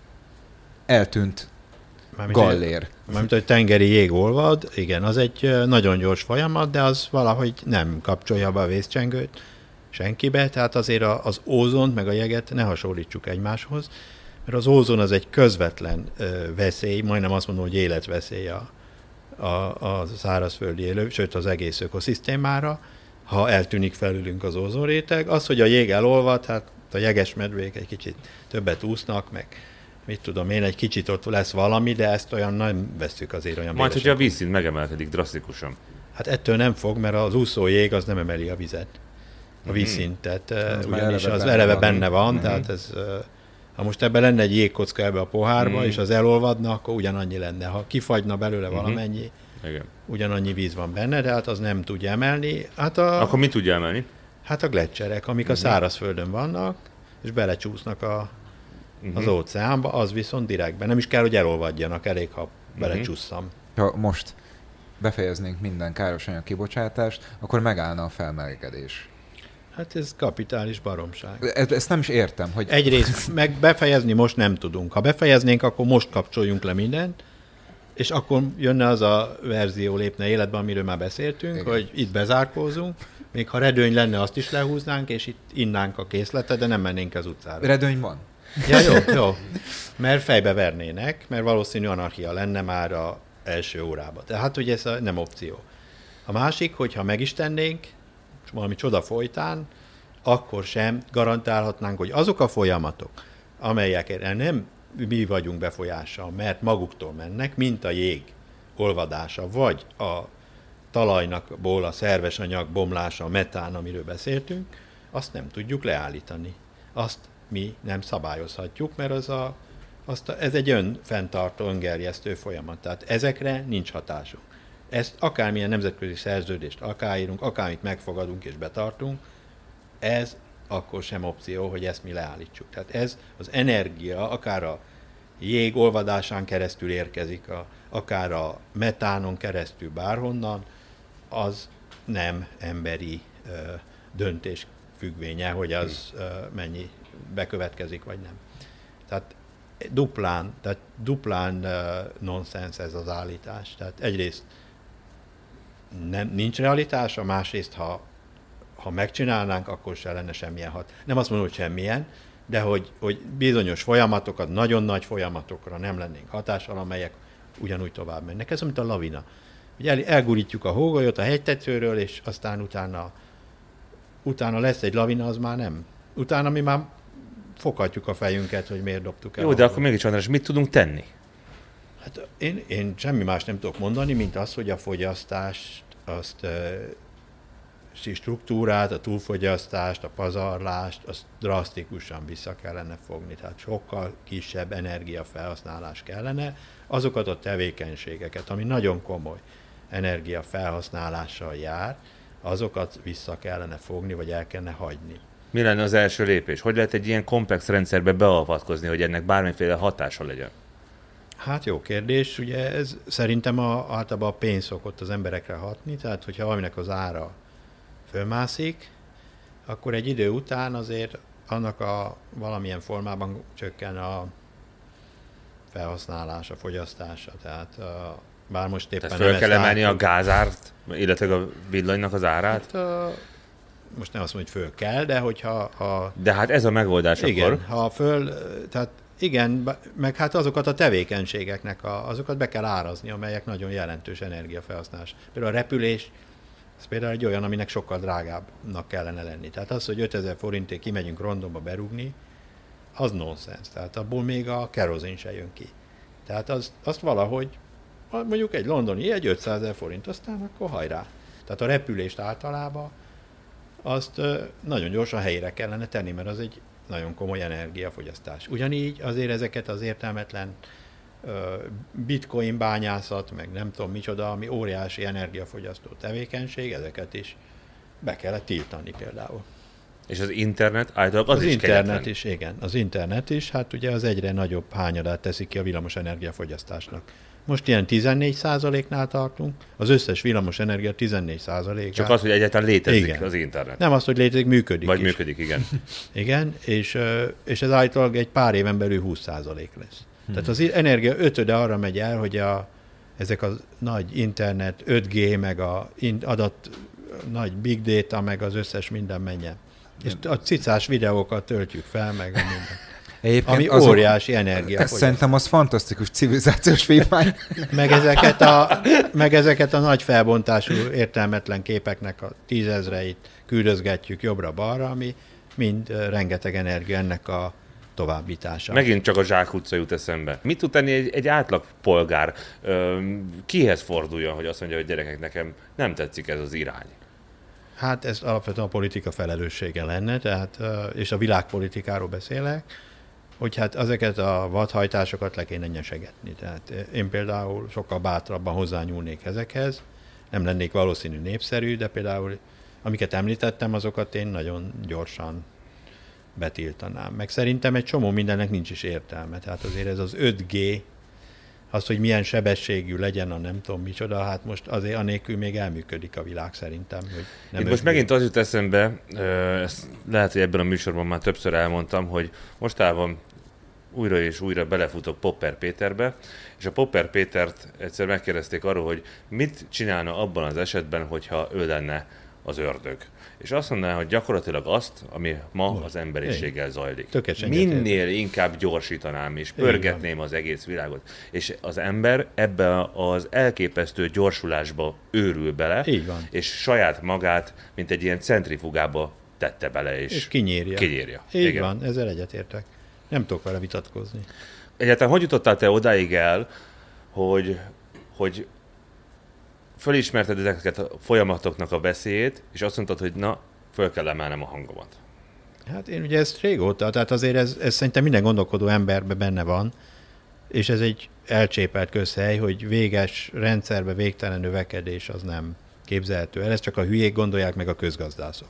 eltűnt Mármint gallér. Mármint, hogy tengeri jég olvad, igen, az egy nagyon gyors folyamat, de az valahogy nem kapcsolja be a vészcsengőt senkibe, tehát azért az ózont meg a jeget ne hasonlítsuk egymáshoz, mert az ózon az egy közvetlen veszély, majdnem azt mondom, hogy életveszély a, a, a szárazföldi élő, sőt az egész ökoszisztémára, ha eltűnik felülünk az ózonréteg. Az, hogy a jég elolvad, hát a jegesmedvék egy kicsit többet úsznak, meg mit tudom én, egy kicsit ott lesz valami, de ezt olyan nem vesszük azért olyan Majd, hogyha a vízszint megemelkedik drasztikusan. Hát ettől nem fog, mert az úszó jég az nem emeli a vizet, a vízszintet, Az ugyanis eleve az benne eleve van. benne van, Mhm. tehát ez, ha most ebben lenne egy jégkocka ebbe a pohárba, Mhm. és az elolvadna, akkor ugyanannyi lenne. Ha kifagyna belőle Mhm. valamennyi, Igen. ugyanannyi víz van benne, de hát az nem tudja emelni. Hát a, Akkor mit tudja emelni? hát a gleccserek, amik Mhm. a szárazföldön vannak, és belecsúsznak a, Uh-huh. az óceánba, az viszont direktben. Nem is kell, hogy elolvadjanak, elég, ha Mhm. belecsusszam. Ha most befejeznénk minden károsanyag kibocsátást, akkor megállna a felmelegedés. Hát ez kapitális baromság. E- Ezt nem is értem, hogy Egyrészt meg befejezni most nem tudunk. Ha befejeznénk, akkor most kapcsoljunk le mindent, és akkor jönne az a verzió, lépne életbe, amiről már beszéltünk, Igen. hogy itt bezárkózunk, még ha redőny lenne, azt is lehúznánk, és itt innánk a készletet, de nem mennénk az utcára. redőny van. Ja, jó, jó. Mert fejbe vernének, mert valószínű anarchia lenne már az első órában. Tehát, hogy ez a, nem opció. A másik, hogyha meg is tennénk, és valami csoda folytán, akkor sem garantálhatnánk, hogy azok a folyamatok, amelyekre nem mi vagyunk befolyással, mert maguktól mennek, mint a jég olvadása, vagy a talajnakból a szerves anyag bomlása, a metán, amiről beszéltünk, azt nem tudjuk leállítani. Azt mi nem szabályozhatjuk, mert az a, azt a, ez egy önfenntartó, öngerjesztő folyamat. Tehát ezekre nincs hatásunk. Ezt akármilyen nemzetközi szerződést akárírunk, akármit megfogadunk és betartunk, ez akkor sem opció, hogy ezt mi leállítsuk. Tehát ez az energia, akár a jég olvadásán keresztül érkezik, a, akár a metánon keresztül bárhonnan, az nem emberi ö, döntés függvénye, hogy az ö, mennyi bekövetkezik, vagy nem. Tehát duplán, tehát duplán uh, nonsens ez az állítás. Tehát egyrészt nem, nincs realitása, másrészt, ha, ha megcsinálnánk, akkor se lenne semmilyen hat. Nem azt mondom, hogy semmilyen, de hogy, hogy bizonyos folyamatokat, nagyon nagy folyamatokra nem lennénk hatással, amelyek ugyanúgy tovább mennek. Ez mint a lavina. Ugye el, elgurítjuk a hógolyót a hegytetőről, és aztán utána, utána lesz egy lavina, az már nem. Utána mi már foghatjuk a fejünket, hogy miért dobtuk el. Jó, de akkor mégis, András, mit tudunk tenni? Hát én, én semmi más nem tudok mondani, mint az, hogy a fogyasztást, azt e, struktúrát, a túlfogyasztást, a pazarlást, azt drasztikusan vissza kellene fogni. Tehát sokkal kisebb energiafelhasználás kellene. Azokat a tevékenységeket, ami nagyon komoly energiafelhasználással jár, azokat vissza kellene fogni, vagy el kellene hagyni. Mi lenne az első lépés? Hogy lehet egy ilyen komplex rendszerbe beavatkozni, hogy ennek bármiféle hatása legyen? Hát jó kérdés, ugye ez szerintem a, általában a pénz szokott az emberekre hatni, tehát hogyha valaminek az ára fölmászik, akkor egy idő után azért annak a valamilyen formában csökken a felhasználás, a fogyasztása, tehát a, bár most éppen Tehát nem föl kell ezt emelni a látjuk. gázárt, illetve a villanynak az árát? Hát, a, most nem azt mondom, hogy föl kell, de hogyha a, De hát ez a megoldás igen, akkor. ha föl, tehát igen, meg hát azokat a tevékenységeknek, a, azokat be kell árazni, amelyek nagyon jelentős energiafelhasználás. Például a repülés, ez például egy olyan, aminek sokkal drágábbnak kellene lenni. Tehát az, hogy ötezer forintért kimegyünk Londonba berúgni, az nonsens. Tehát abból még a kerozin se jön ki. Tehát az, azt valahogy, mondjuk egy londoni, egy ötszázezer forint, aztán akkor hajrá. Tehát a repülést általában azt nagyon gyorsan helyére kellene tenni, mert az egy nagyon komoly energiafogyasztás. Ugyanígy azért ezeket az értelmetlen bitcoin bányászat, meg nem tudom micsoda, ami óriási energiafogyasztó tevékenység, ezeket is be kellett tiltani például. És az internet általában az, Az is internet kegyetlen. is, igen. Az internet is, hát ugye az egyre nagyobb hányadát teszik ki a villamos energiafogyasztásnak. Most ilyen tizennégy százaléknál tartunk, az összes villamos energia tizennégy százalék. Csak az, hogy egyáltalán létezik Igen. az internet. Nem az, hogy létezik, működik Vagy is. működik, igen. Igen, és, és ez állítólag egy pár éven belül húsz százalék lesz. Hmm. Tehát az energia ötöde arra megy el, hogy a, ezek a nagy internet, öt G, meg a adat, nagy big data, meg az összes minden menjen. És a cicás videókat töltjük fel, meg a minden. ami azok, óriási energia. Szerintem az fantasztikus civilizációs vívmány. meg, ezeket a, meg ezeket a nagy felbontású értelmetlen képeknek a tízezreit küldözgetjük jobbra-balra, ami mind rengeteg energia ennek a továbbítása. Megint csak a zsákutca jut eszembe. Mit tud tenni egy, egy átlag polgár? Kihez forduljon, hogy azt mondja, hogy gyerekek, nekem nem tetszik ez az irány? Hát ez alapvetően a politika felelőssége lenne, tehát, és a világpolitikáról beszélek, hogy hát ezeket a vadhajtásokat le kéne nyesegetni. Tehát én például sokkal bátrabban hozzányúlnék ezekhez, nem lennék valószínű népszerű, de például amiket említettem, azokat én nagyon gyorsan betiltanám. Meg szerintem egy csomó mindennek nincs is értelme. Tehát azért ez az öt G, az, hogy milyen sebességű legyen a nem tudom micsoda, hát most azért anélkül még elműködik a világ szerintem. Hogy nem Itt most megint az jut eszembe, ezt lehet, hogy ebben a műsorban már többször elmondtam, hogy mostában újra és újra belefutok Popper Péterbe, és a Popper Pétert egyszer megkérdezték arról, hogy mit csinálna abban az esetben, hogyha ő lenne az ördög. És azt mondaná, hogy gyakorlatilag azt, ami ma az emberiséggel zajlik. Minél inkább gyorsítanám és pörgetném az egész világot. És az ember ebbe az elképesztő gyorsulásba őrül bele, és saját magát, mint egy ilyen centrifugába tette bele, és, és kinyírja. kinyírja. Így Igen. van, ezzel egyetértek. Nem tudok vele vitatkozni. Egyáltalán hogy jutottál te odáig el, hogy, hogy fölismerted ezeket a folyamatoknak a veszélyét, és azt mondtad, hogy na, föl kell emelnem a hangomat. Hát én ugye ezt régóta, tehát azért ez, ez szerintem minden gondolkodó emberben benne van, és ez egy elcsépelt közhely, hogy véges rendszerbe végtelen növekedés az nem képzelhető el. Ezt csak a hülyék gondolják, meg a közgazdászok.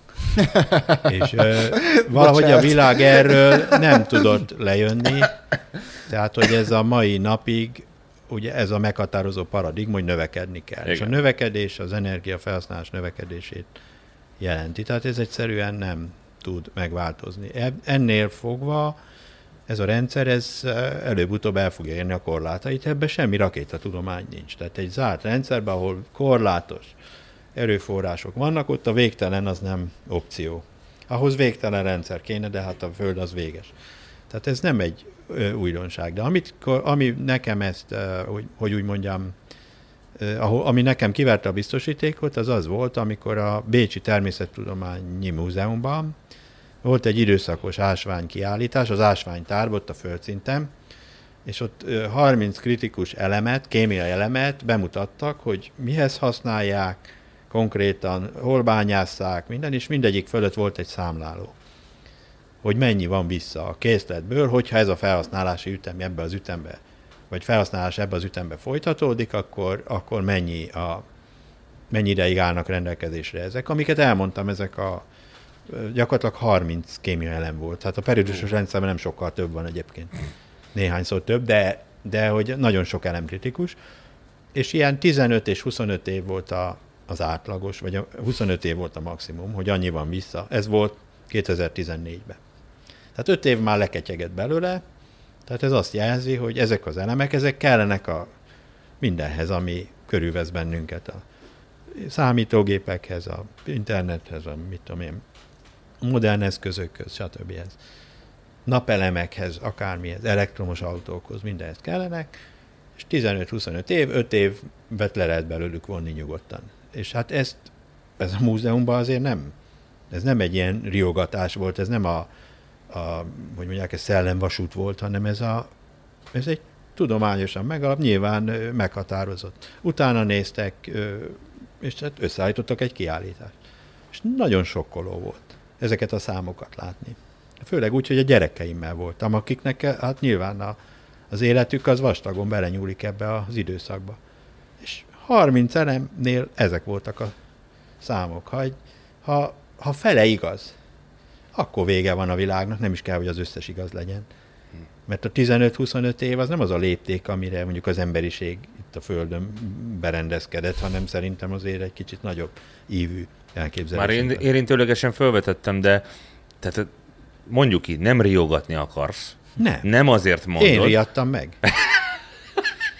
és ö, valahogy a világ erről nem tudott lejönni, tehát hogy ez a mai napig ugye ez a meghatározó paradigma, hogy növekedni kell. Igen. És a növekedés az energiafelhasználás növekedését jelenti. Tehát ez egyszerűen nem tud megváltozni. Ennél fogva ez a rendszer, ez előbb-utóbb el fogja érni a korlátait. Ebben semmi rakétatudomány nincs. Tehát egy zárt rendszerben, ahol korlátos erőforrások vannak, ott a végtelen az nem opció. Ahhoz végtelen rendszer kéne, de hát a Föld az véges. Tehát ez nem egy újdonság. De amit, ami nekem ezt, hogy, hogy úgy mondjam, ami nekem kiverte a biztosítékot, az az volt, amikor a Bécsi Természettudományi Múzeumban volt egy időszakos ásványkiállítás, az ásványtárban, ott a földszinten, és ott harminc kritikus elemet, kémiai elemet bemutattak, hogy mihez használják, konkrétan hol bányásszák, minden, és mindegyik fölött volt egy számláló, hogy mennyi van vissza a készletből, hogyha ez a felhasználási ütem ebbe az ütembe, vagy felhasználás ebbe az ütembe folytatódik, akkor, akkor mennyi, a, mennyi ideig állnak rendelkezésre ezek. Amiket elmondtam, ezek a gyakorlatilag harminc kémiai elem volt. Hát a periódusos rendszerben nem sokkal több van egyébként. Néhányszor több, de, de hogy nagyon sok elem kritikus. És ilyen tizenöt és huszonöt év volt a, az átlagos, vagy a huszonöt év volt a maximum, hogy annyi van vissza. Ez volt kétezer-tizennégyben. Tehát öt év már leketyegett belőle, tehát ez azt jelzi, hogy ezek az elemek, ezek kellenek a mindenhez, ami körülvesz bennünket, a számítógépekhez, a internethez, a mit tudom én, modern eszközökhöz, stb. Napelemekhez, akármihez, elektromos autókhoz, mindenhez kellenek, és tizenöt-huszonöt év, öt évet le lehet belőlük vonni nyugodtan. És hát ezt, ez a múzeumban azért nem, ez nem egy ilyen riogatás volt, ez nem a, a hogy mondják, ez szellemvasút volt, hanem ez, a, ez egy tudományosan megalap, nyilván meghatározott. Utána néztek, és hát összeállítottak egy kiállítást. És nagyon sokkoló volt ezeket a számokat látni. Főleg úgy, hogy a gyerekeimmel voltam, akiknek hát nyilván a, az életük az vastagon belenyúlik ebbe az időszakba. És harminc elemnél ezek voltak a számok. Ha, ha, ha fele igaz, akkor vége van a világnak, nem is kell, hogy az összes igaz legyen. Mert a tizenöt-huszonöt év az nem az a lépték, amire mondjuk az emberiség itt a Földön berendezkedett, hanem szerintem azért egy kicsit nagyobb ívű elképzelés. Már én érintőlegesen felvetettem, de tehát mondjuk így, nem riogatni akarsz. Nem. Nem azért mondod. Én riadtam meg.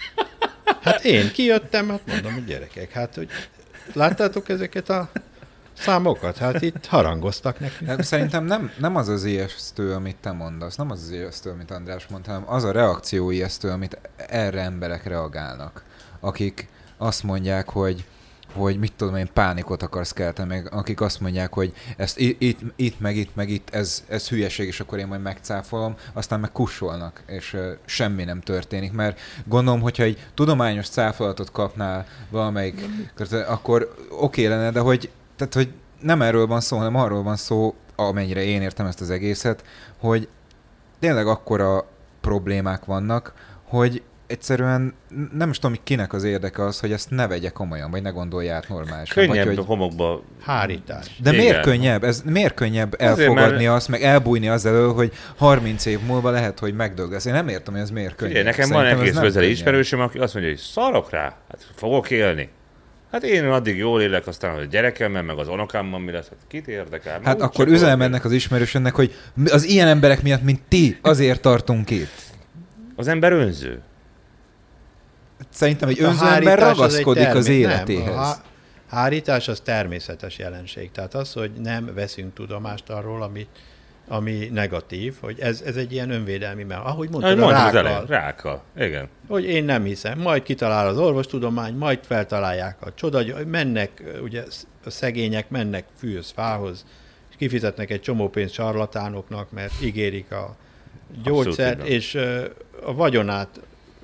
Hát én kijöttem, hát mondom, hogy gyerekek, hát hogy láttátok ezeket a Számokat? Hát itt harangoztak nekünk. Szerintem nem, nem az az ijesztő, amit te mondasz, nem az az ijesztő, amit András mondta, hanem az a reakció ijesztő, amit erre emberek reagálnak, akik azt mondják, hogy hogy mit tudom én, pánikot akarsz kelteni, meg akik azt mondják, hogy ezt itt, itt, itt meg itt, meg itt, ez, ez hülyeség, és akkor én majd megcáfolom, aztán meg kussolnak, és uh, semmi nem történik, mert gondolom, hogyha egy tudományos cáfolatot kapnál valamelyik, akkor oké lenne, de hogy, tehát, hogy nem erről van szó, hanem arról van szó, amennyire én értem ezt az egészet, hogy tényleg akkora problémák vannak, hogy egyszerűen nem is tudom, hogy kinek az érdeke az, hogy ezt ne vegye komolyan, vagy ne gondolja át normálisan. Könnyebb vagy, hogy... homokba... Hárítás. De Igen. miért könnyebb? Ez miért könnyebb elfogadni mert... azt, meg elbújni az elől, hogy harminc év múlva lehet, hogy megdöglesz. Én nem értem, hogy ez miért könnyebb. Igen, nekem Szerintem van egész közeli könnyebb. ismerősöm, aki azt mondja, hogy szarok rá, hát fogok élni. Hát én addig jól élek, aztán a gyerekemmel, meg az unokámmal mi lesz, hát kit érdekel? Hát akkor üzenem ennek az ismerősönnek, hogy az ilyen emberek miatt, mint ti, azért tartunk itt. Az ember önző. Szerintem egy A önző ember hárítás az egy ragaszkodik termé- az életéhez. Nem, a hárítás az természetes jelenség. Tehát az, hogy nem veszünk tudomást arról, ami, ami negatív, hogy ez, ez egy ilyen önvédelmi, mert ahogy mondtad, a rákkal, rákkal. Igen. hogy én nem hiszem, majd kitalál az orvostudomány, majd feltalálják a csoda, mennek, ugye a szegények mennek fűhöz, fához, és kifizetnek egy csomó pénzt sarlatánoknak, mert ígérik a gyógyszert, és a vagyonát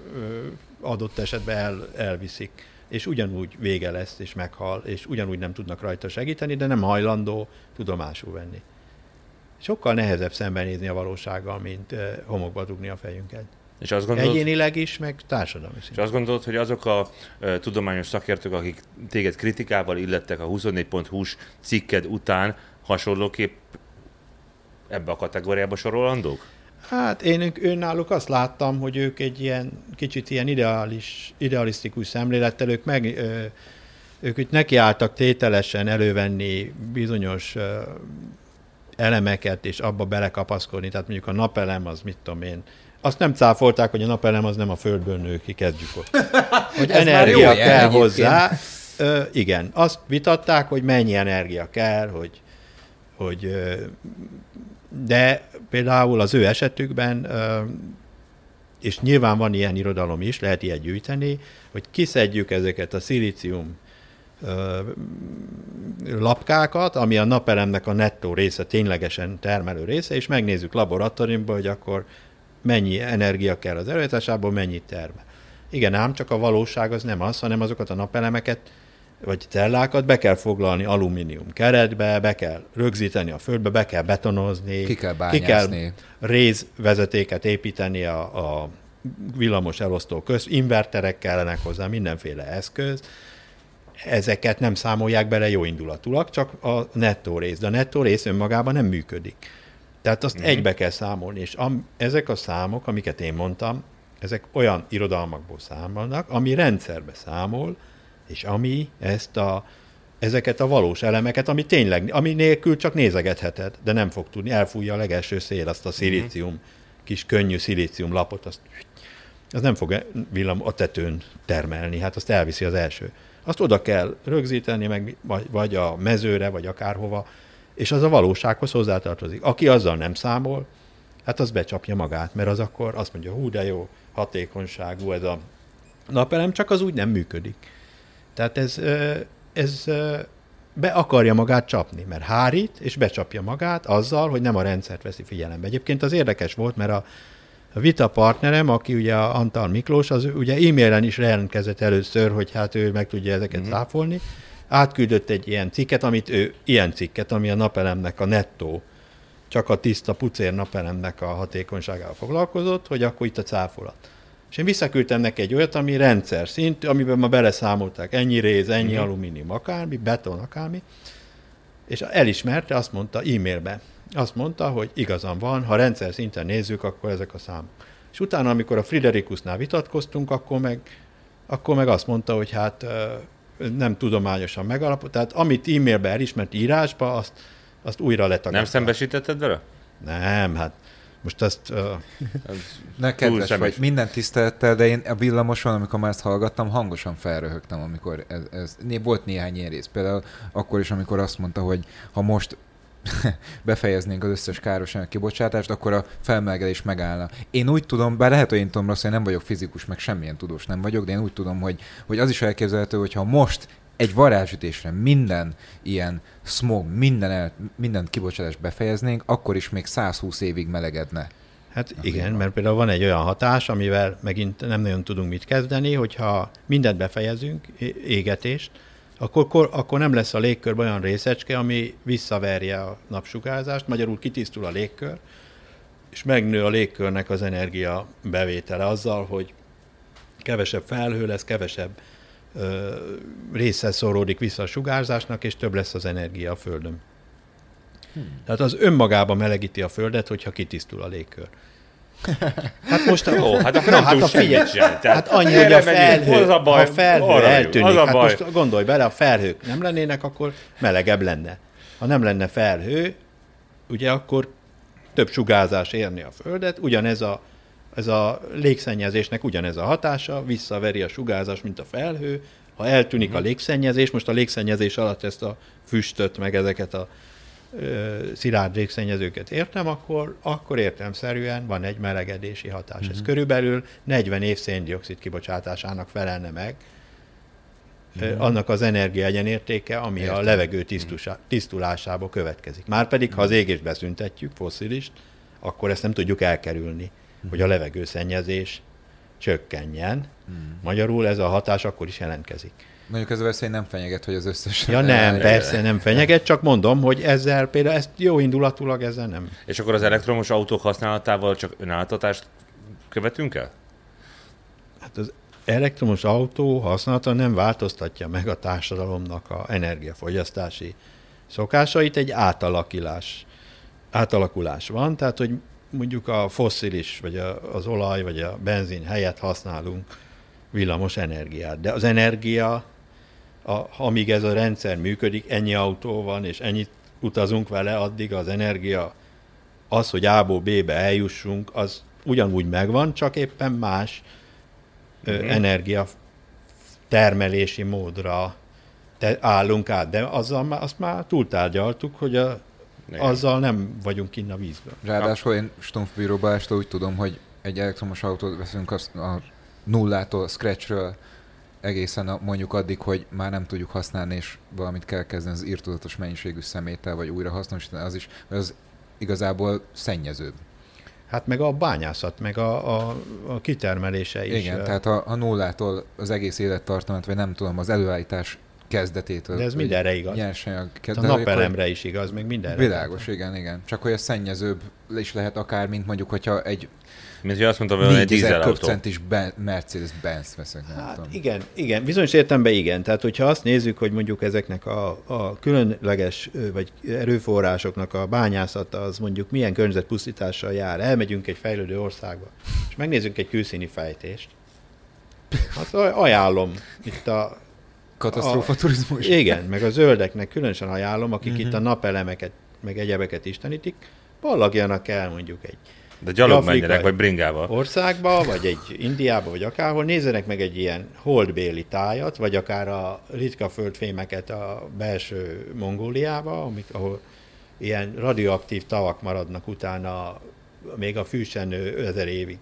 adott esetben el, elviszik, és ugyanúgy vége lesz, és meghal, és ugyanúgy nem tudnak rajta segíteni, de nem hajlandó tudomásul venni. Sokkal nehezebb szembenézni a valósággal, mint uh, homokba dugni a fejünket. És azt gondolod, egyénileg is, meg társadalmi szinten. És azt gondolod, hogy azok a uh, tudományos szakértők, akik téged kritikával illettek a huszonnégy pont hu-s cikked után, hasonlóképp ebbe a kategóriába sorolandók? Hát én önnáluk azt láttam, hogy ők egy ilyen kicsit ilyen ideális, idealisztikus szemlélettel, ők, meg, ö, ők itt nekiálltak tételesen elővenni bizonyos ö, elemeket, és abba belekapaszkodni. Tehát mondjuk a napelem, az mit tudom én, azt nem cáfolták, hogy a napelem az nem a földből nő ki, kezdjük ott. Hogy energia kell jel, hozzá. Ö, igen, azt vitatták, hogy mennyi energia kell, hogy, hogy ö, de például az ő esetükben, és nyilván van ilyen irodalom is, lehet ilyet gyűjteni, hogy kiszedjük ezeket a szilícium lapkákat, ami a napelemnek a nettó része, ténylegesen termelő része, és megnézzük laboratóriumban, hogy akkor mennyi energia kell az előállításából, mennyit termel. Igen, ám csak a valóság az nem az, hanem azokat a napelemeket, vagy cellákat be kell foglalni alumínium keretbe, be kell rögzíteni a földbe, be kell betonozni, ki kell bányászni, ki kell rézvezetéket építeni a, a villamos elosztó köz, inverterek kellenek hozzá, mindenféle eszköz. Ezeket nem számolják bele jó indulatulag, csak a nettó rész. De a nettó rész önmagában nem működik. Tehát azt mm. egybe kell számolni, és am, ezek a számok, amiket én mondtam, ezek olyan irodalmakból számolnak, ami rendszerbe számol, és ami ezt a, ezeket a valós elemeket, ami tényleg, ami nélkül csak nézegetheted, de nem fog tudni, elfújja a legelső szél, azt a szilícium, mm-hmm. kis könnyű szilícium lapot, azt, az nem fog villam a tetőn termelni, hát azt elviszi az első. Azt oda kell rögzíteni, meg, vagy, vagy a mezőre, vagy akárhova, és az a valósághoz hozzátartozik. Aki azzal nem számol, hát az becsapja magát, mert az akkor azt mondja, hú, de jó, hatékonyságú ez a napelem, csak az úgy nem működik. Tehát ez, ez be akarja magát csapni, mert hárít, és becsapja magát azzal, hogy nem a rendszert veszi figyelembe. Egyébként az érdekes volt, mert a, a vita partnerem, aki ugye a Antal Miklós, az ugye e-mailen is jelentkezett először, hogy hát ő meg tudja ezeket mm-hmm. cáfolni. Átküldött egy ilyen cikket, amit ő, ilyen cikket, ami a napelemnek a nettó, csak a tiszta pucér napelemnek a hatékonyságával foglalkozott, hogy akkor itt a cáfolat. És én visszaküldtem neki egy olyat, ami rendszer szint, amiben ma beleszámolták ennyi réz, ennyi mm-hmm. alumínium, akármi, beton, akármi, és elismerte, azt mondta e-mailbe, azt mondta, hogy igazam van, ha rendszer szinten nézzük, akkor ezek a számok. És utána, amikor a Friderikusnál vitatkoztunk, akkor meg, akkor meg azt mondta, hogy hát nem tudományosan megalapozott, tehát amit e-mailbe elismert írásba, azt, azt újra letagadta. Nem szembesítetted vele? Nem, hát Most azt... Uh... Ne kedves vagy, minden tisztelettel, de én a villamoson, amikor már ezt hallgattam, hangosan felröhögtem, amikor ez, ez... Volt néhány ilyen rész. Például akkor is, amikor azt mondta, hogy ha most befejeznénk az összes káros anyag kibocsátást, akkor a felmelegedés megállna. Én úgy tudom, bár lehet, hogy én tudom rossz, én nem vagyok fizikus, meg semmilyen tudós nem vagyok, de én úgy tudom, hogy, hogy az is elképzelhető, hogyha most egy varázsütésre minden ilyen smog, minden, el, minden kibocsátást befejeznénk, akkor is még száz húsz évig melegedne. Hát igen, mert például van egy olyan hatás, amivel megint nem nagyon tudunk mit kezdeni, hogyha mindent befejezünk, égetést, akkor, akkor nem lesz a légkörben olyan részecske, ami visszaverje a napsugárzást, magyarul kitisztul a légkör, és megnő a légkörnek az energia bevétele azzal, hogy kevesebb felhő lesz, kevesebb ö, része szóródik vissza a sugárzásnak, és több lesz az energia a Földön. Hmm. Tehát az önmagában melegíti a Földet, hogyha kitisztul a légkör. Hát most a, Jó, hát akkor nem hát tud figyelj, semmit. Hát annyi, hogy a felhő, az a baj, ha a felhő eltűnik, az a hát baj. most gondolj bele, a felhők nem lennének, akkor melegebb lenne. Ha nem lenne felhő, ugye akkor több sugárzás érni a Földet, ugyanez a, ez a légszennyezésnek ugyanez a hatása, visszaveri a sugárzás, mint a felhő. Ha eltűnik hmm. a légszennyezés, most a légszennyezés alatt ezt a füstöt, meg ezeket a szilárd légszennyezőket értem, akkor, akkor értelemszerűen van egy melegedési hatás. Uh-huh. Ez körülbelül negyven év szén-dioxid kibocsátásának felelne meg, uh-huh. annak az energiaegyenértéke, ami értem. A levegő tisztusá, tisztulásából következik. Márpedig, uh-huh. ha az égést beszüntetjük, fosszilist, akkor ezt nem tudjuk elkerülni, uh-huh. hogy a levegőszennyezés csökkenjen. Uh-huh. Magyarul ez a hatás akkor is jelentkezik. Mondjuk ez a veszély nem fenyeget, hogy az összes... Ja nem, persze nem fenyeget, csak mondom, hogy ezzel például ezt jó indulatulag ezzel nem. És akkor az elektromos autók használatával csak önáltatást követünk el? Hát az elektromos autó használata nem változtatja meg a társadalomnak a energiafogyasztási szokásait, egy átalakulás, átalakulás van, tehát hogy mondjuk a fosszilis, vagy a, az olaj, vagy a benzin helyett használunk villamos energiát. De az energia, a, amíg ez a rendszer működik, ennyi autó van, és ennyit utazunk vele, addig az energia, az, hogy A-ból B-be eljussunk, az ugyanúgy megvan, csak éppen más mm-hmm. energia termelési módra te, állunk át. De azzal, azt már túltárgyaltuk, hogy a, azzal nem vagyunk kinn a vízből. Ráadásul én Stumpfbíróbálástól úgy tudom, hogy egy elektromos autót veszünk a, a nullától, scratchről egészen a, mondjuk addig, hogy már nem tudjuk használni, és valamit kell kezdeni az írtózatos mennyiségű szeméttel, vagy újra hasznosítani, az is, az igazából szennyezőbb. Hát meg a bányászat, meg a, a, a kitermelése is. Igen, tehát a, a nullától az egész élettartamat, vagy nem tudom, az előállítás kezdetétől. De ez mindenre igaz. Nyersanyag A napelemre is igaz, meg mindenre. Világos, igen, igen. Csak hogy ez szennyezőbb is lehet akár, mint mondjuk, hogyha egy mint hogy azt mondtam, hogy egy dízelautó. köbcentis Mercedes-Benz veszek, nem hát tudom. Igen, igen, bizonyos értelemben igen. Tehát, hogyha azt nézzük, hogy mondjuk ezeknek a, a különleges vagy erőforrásoknak a bányászata, az mondjuk milyen környezetpusztítással jár. Elmegyünk egy fejlődő országba, és megnézzünk egy külszíni fejtést. Hát ajánlom itt a... Katasztrófa turizmus. Igen, meg a zöldeknek különösen ajánlom, akik uh-huh. itt a napelemeket, meg egyebeket istenítik, ballagjanak el mondjuk egy De gyalog menjenek, vagy bringával. Országba, vagy egy Indiába, vagy akárhol, nézzenek meg egy ilyen holdbéli tájat, vagy akár a ritka földfémeket a belső Mongóliába, amik, ahol ilyen radioaktív tavak maradnak utána, még a fűsenő ezer évig.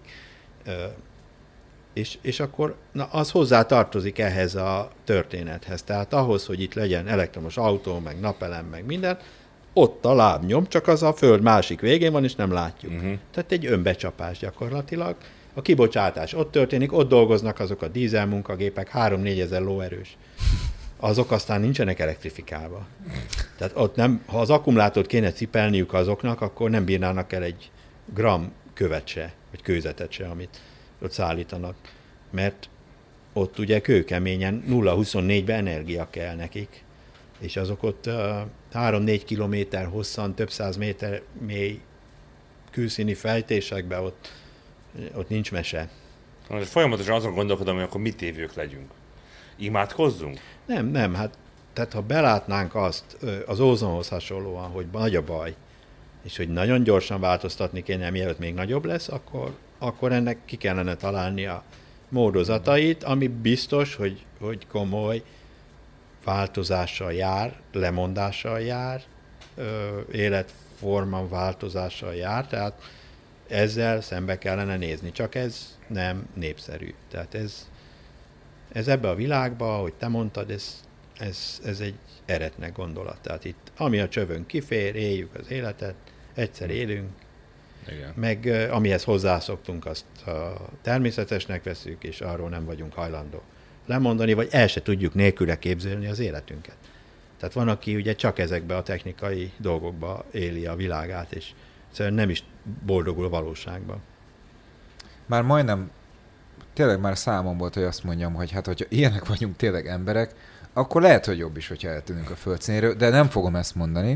És, és akkor na, az hozzá tartozik ehhez a történethez. Tehát ahhoz, hogy itt legyen elektromos autó, meg napelem, meg minden, ott a lábnyom, csak az a föld másik végén van, és nem látjuk. Uh-huh. Tehát egy önbecsapás gyakorlatilag. A kibocsátás ott történik, ott dolgoznak azok a dízel munkagépek, három-négyezer lóerős. Azok aztán nincsenek elektrifikálva. Tehát ott nem, ha az akkumulátort kéne cipelniük azoknak, akkor nem bírnának el egy gram követ se, vagy kőzetet se, amit ott szállítanak. Mert ott ugye kőkeményen nulla huszonnégyben energia kell nekik. És azok ott uh, három-négy kilométer hosszan, több száz méter mély külszíni fejtésekben ott, ott nincs mese. Folyamatosan azon gondolkodom, hogy akkor mit évők legyünk. Imádkozzunk? Nem, nem, hát tehát ha belátnánk azt az ózonhoz hasonlóan, hogy nagy a baj, és hogy nagyon gyorsan változtatni kéne, mielőtt még nagyobb lesz, akkor, akkor ennek ki kellene találni a módozatait, ami biztos, hogy, hogy komoly változással jár, lemondással jár, ö, életforma változással jár, tehát ezzel szembe kellene nézni, csak ez nem népszerű. Tehát ez, ez ebbe a világba, ahogy te mondtad, ez, ez, ez egy eretnek gondolat. Tehát itt, ami a csövön kifér, éljük az életet, egyszer élünk, Igen. meg amihez hozzászoktunk, azt természetesnek veszük, és arról nem vagyunk hajlandó lemondani, vagy el se tudjuk nélküle képzelni az életünket. Tehát van, aki ugye csak ezekbe a technikai dolgokba éli a világát, és egyszerűen nem is boldogul a valóságban. Már majdnem, tényleg már számom volt, hogy azt mondjam, hogy hát, hogyha ilyenek vagyunk tényleg emberek, akkor lehet, hogy jobb is, hogyha eltűnünk a földszínről, de nem fogom ezt mondani.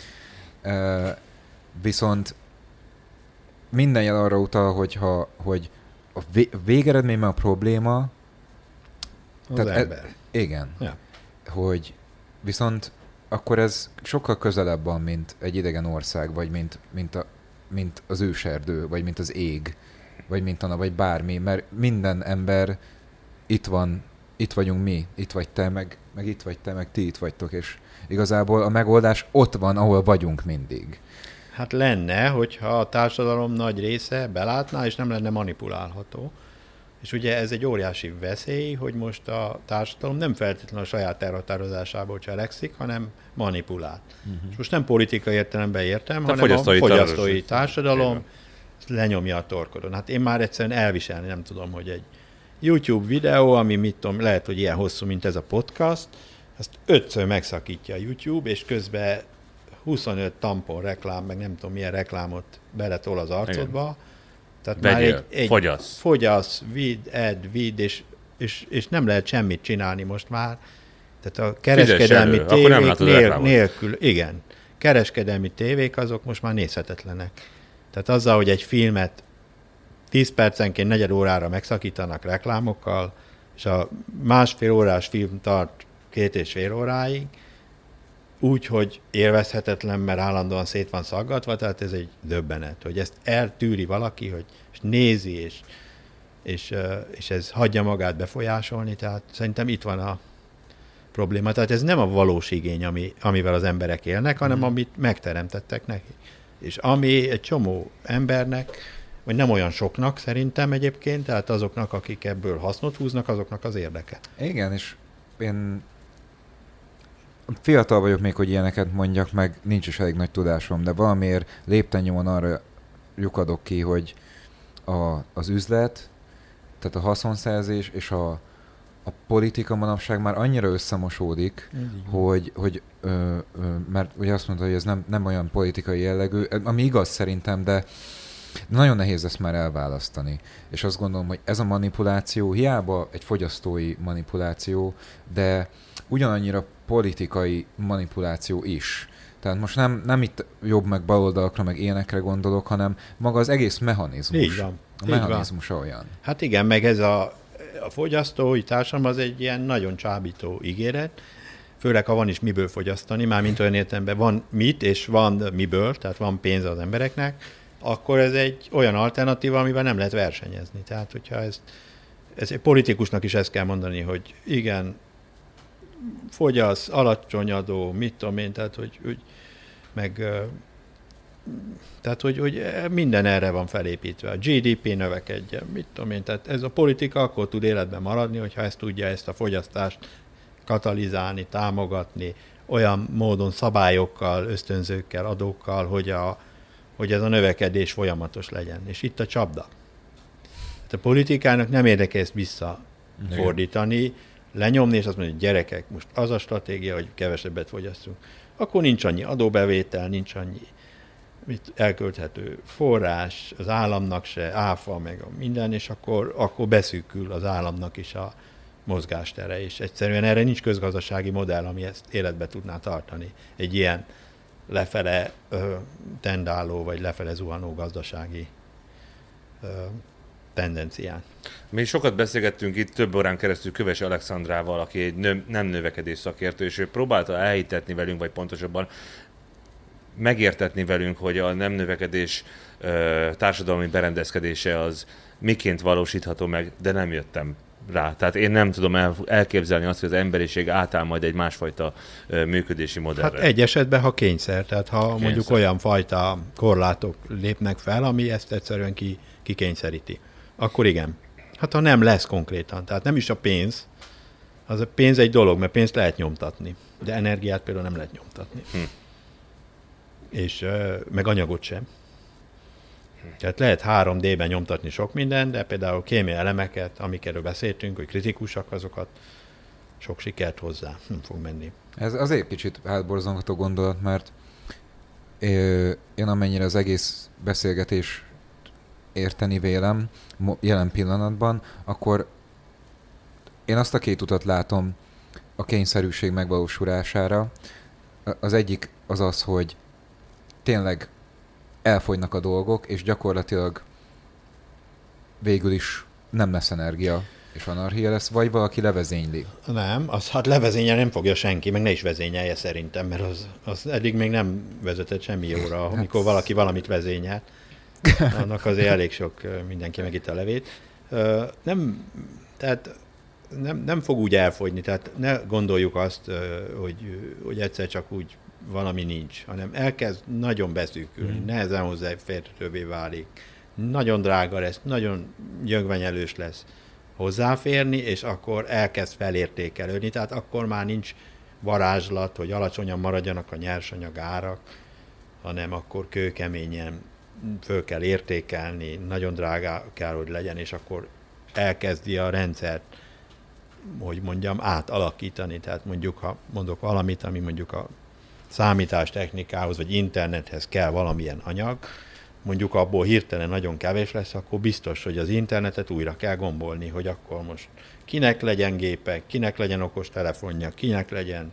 Uh, viszont minden jel arra utal, hogyha, hogy a végeredményben a probléma... Az tehát ember. E, igen. Ja. Hogy viszont akkor ez sokkal közelebb van, mint egy idegen ország, vagy mint, mint, a, mint az őserdő, vagy mint az ég, vagy mint a, vagy bármi, mert minden ember itt van, itt vagyunk mi, itt vagy te, meg, meg itt vagy te, meg ti itt vagytok, és igazából a megoldás ott van, ahol vagyunk mindig. Hát lenne, hogyha a társadalom nagy része belátná, és nem lenne manipulálható. És ugye ez egy óriási veszély, hogy most a társadalom nem feltétlenül a saját elhatározásából cselekszik, hanem manipulál. Uh-huh. És most nem politikai értelemben értem, hanem fogyasztói a fogyasztói társadalom lenyomja a torkodon. Hát én már egyszerűen elviselni nem tudom, hogy egy YouTube videó, ami mit tudom, lehet, hogy ilyen hosszú, mint ez a podcast, azt ötször megszakítja a YouTube, és közben huszonöt tampon reklám, meg nem tudom milyen reklámot beletol az arcodba. Igen. Tehát Vegyél, már egy, egy fogyasz. Fogyasz, vidd, edd, vidd, és, és, és nem lehet semmit csinálni most már. Tehát a kereskedelmi tévék nél, nélkül, igen, kereskedelmi tévék azok most már nézhetetlenek. Tehát azzal, hogy egy filmet tíz percenként negyed órára megszakítanak reklámokkal, és a másfél órás film tart két és fél óráig, úgy, hogy élvezhetetlen, mert állandóan szét van szaggatva, tehát ez egy döbbenet, hogy ezt eltűri valaki, hogy és nézi, és, és, és ez hagyja magát befolyásolni, tehát szerintem itt van a probléma. Tehát ez nem a valós igény, ami, amivel az emberek élnek, hanem mm. amit megteremtettek neki. És ami egy csomó embernek, vagy nem olyan soknak szerintem egyébként, tehát azoknak, akik ebből hasznot húznak, azoknak az érdeke. Igen, és én fiatal vagyok még, hogy ilyeneket mondjak, meg nincs is elég nagy tudásom, de valamiért lépten-nyomon arra lyukadok ki, hogy a, az üzlet, tehát a haszonszerzés és a, a politika manapság már annyira összemosódik, hogy, hogy ö, ö, mert ugye azt mondta, hogy ez nem, nem olyan politikai jellegű, ami igaz szerintem, de nagyon nehéz ezt már elválasztani. És azt gondolom, hogy ez a manipuláció hiába egy fogyasztói manipuláció, de ugyanannyira politikai manipuláció is. Tehát most nem, nem itt jobb meg baloldalakra, meg ilyenekre gondolok, hanem maga az egész mechanizmus. Így van. A mechanizmus olyan. Hát igen, meg ez a, a fogyasztói társadalom az egy ilyen nagyon csábító ígéret, főleg ha van is miből fogyasztani, mármint olyan értelemben van mit, és van miből, tehát van pénz az embereknek, akkor ez egy olyan alternatíva, amivel nem lehet versenyezni. Tehát, hogyha ezt, ez egy politikusnak is ezt kell mondani, hogy igen, fogyasz, alacsony adó, mit tudom én, tehát, hogy, hogy meg, tehát, hogy, hogy minden erre van felépítve. A gé dé pé növekedjen, mit tudom én, tehát ez a politika akkor tud életben maradni, hogyha ezt tudja ezt a fogyasztást katalizálni, támogatni, olyan módon szabályokkal, ösztönzőkkel, adókkal, hogy, a, hogy ez a növekedés folyamatos legyen. És itt a csapda. Hát a politikának nem érdekel ezt visszafordítani, lenyomni, és azt mondja, hogy gyerekek, most az a stratégia, hogy kevesebbet fogyasszunk. Akkor nincs annyi adóbevétel, nincs annyi mit elkölthető forrás, az államnak se, áfa, meg a minden, és akkor, akkor beszűkül az államnak is a mozgástere, és egyszerűen erre nincs közgazdasági modell, ami ezt életbe tudná tartani. Egy ilyen lefele ö, tendáló, vagy lefele zuhanó gazdasági ö, tendencián. Mi sokat beszélgettünk itt több órán keresztül Kövesi Alexandrával, aki egy nö, nem növekedés szakértő, és ő próbálta elhitetni velünk, vagy pontosabban megértetni velünk, hogy a nem növekedés ö, társadalmi berendezkedése az miként valósítható meg, de nem jöttem rá. Tehát én nem tudom el, elképzelni azt, hogy az emberiség átáll majd egy másfajta ö, működési modellre. Hát egy esetben, ha kényszer, tehát ha kényszer. mondjuk olyan fajta korlátok lépnek fel, ami ezt egyszerűen ki, kikényszeríti, akkor igen. Hát ha nem lesz konkrétan, tehát nem is a pénz, az a pénz egy dolog, mert pénzt lehet nyomtatni, de energiát például nem lehet nyomtatni. Hm. És ö, meg anyagot sem. Tehát lehet három dé-ben nyomtatni sok mindent, de például kémiai elemeket, amikről beszéltünk, hogy kritikusak, azokat sok sikert hozzá nem fog menni. Ez azért kicsit hátborzongató gondolat, mert én amennyire az egész beszélgetés érteni vélem jelen pillanatban, akkor én azt a két utat látom a kényszerűség megvalósulására. Az egyik az az, hogy tényleg elfogynak a dolgok, és gyakorlatilag végül is nem lesz energia, és anarchia lesz, vagy valaki levezényli. Nem, az hát levezényel nem fogja senki, meg ne is vezényelje szerintem, mert az, az eddig még nem vezetett semmi jóra, amikor hát... valaki valamit vezényel. Annak azért elég sok mindenki megitt a levét. Nem, tehát nem, nem fog úgy elfogyni, tehát ne gondoljuk azt, hogy, hogy egyszer csak úgy valami nincs, hanem elkezd nagyon beszűkülni, mm. nehezen hozzáférhetővé válik, nagyon drága lesz, nagyon gyöngvenyelős lesz hozzáférni, és akkor elkezd felértékelődni, tehát akkor már nincs varázslat, hogy alacsonyan maradjanak a nyersanyag árak, hanem akkor kőkeményen föl kell értékelni, nagyon drága kell, hogy legyen, és akkor elkezdi a rendszert, hogy mondjam, átalakítani. Tehát mondjuk, ha mondok valamit, ami mondjuk a számítástechnikához, vagy internethez kell valamilyen anyag, mondjuk abból hirtelen nagyon kevés lesz, akkor biztos, hogy az internetet újra kell gombolni, hogy akkor most kinek legyen gépe, kinek legyen okos telefonja, kinek legyen,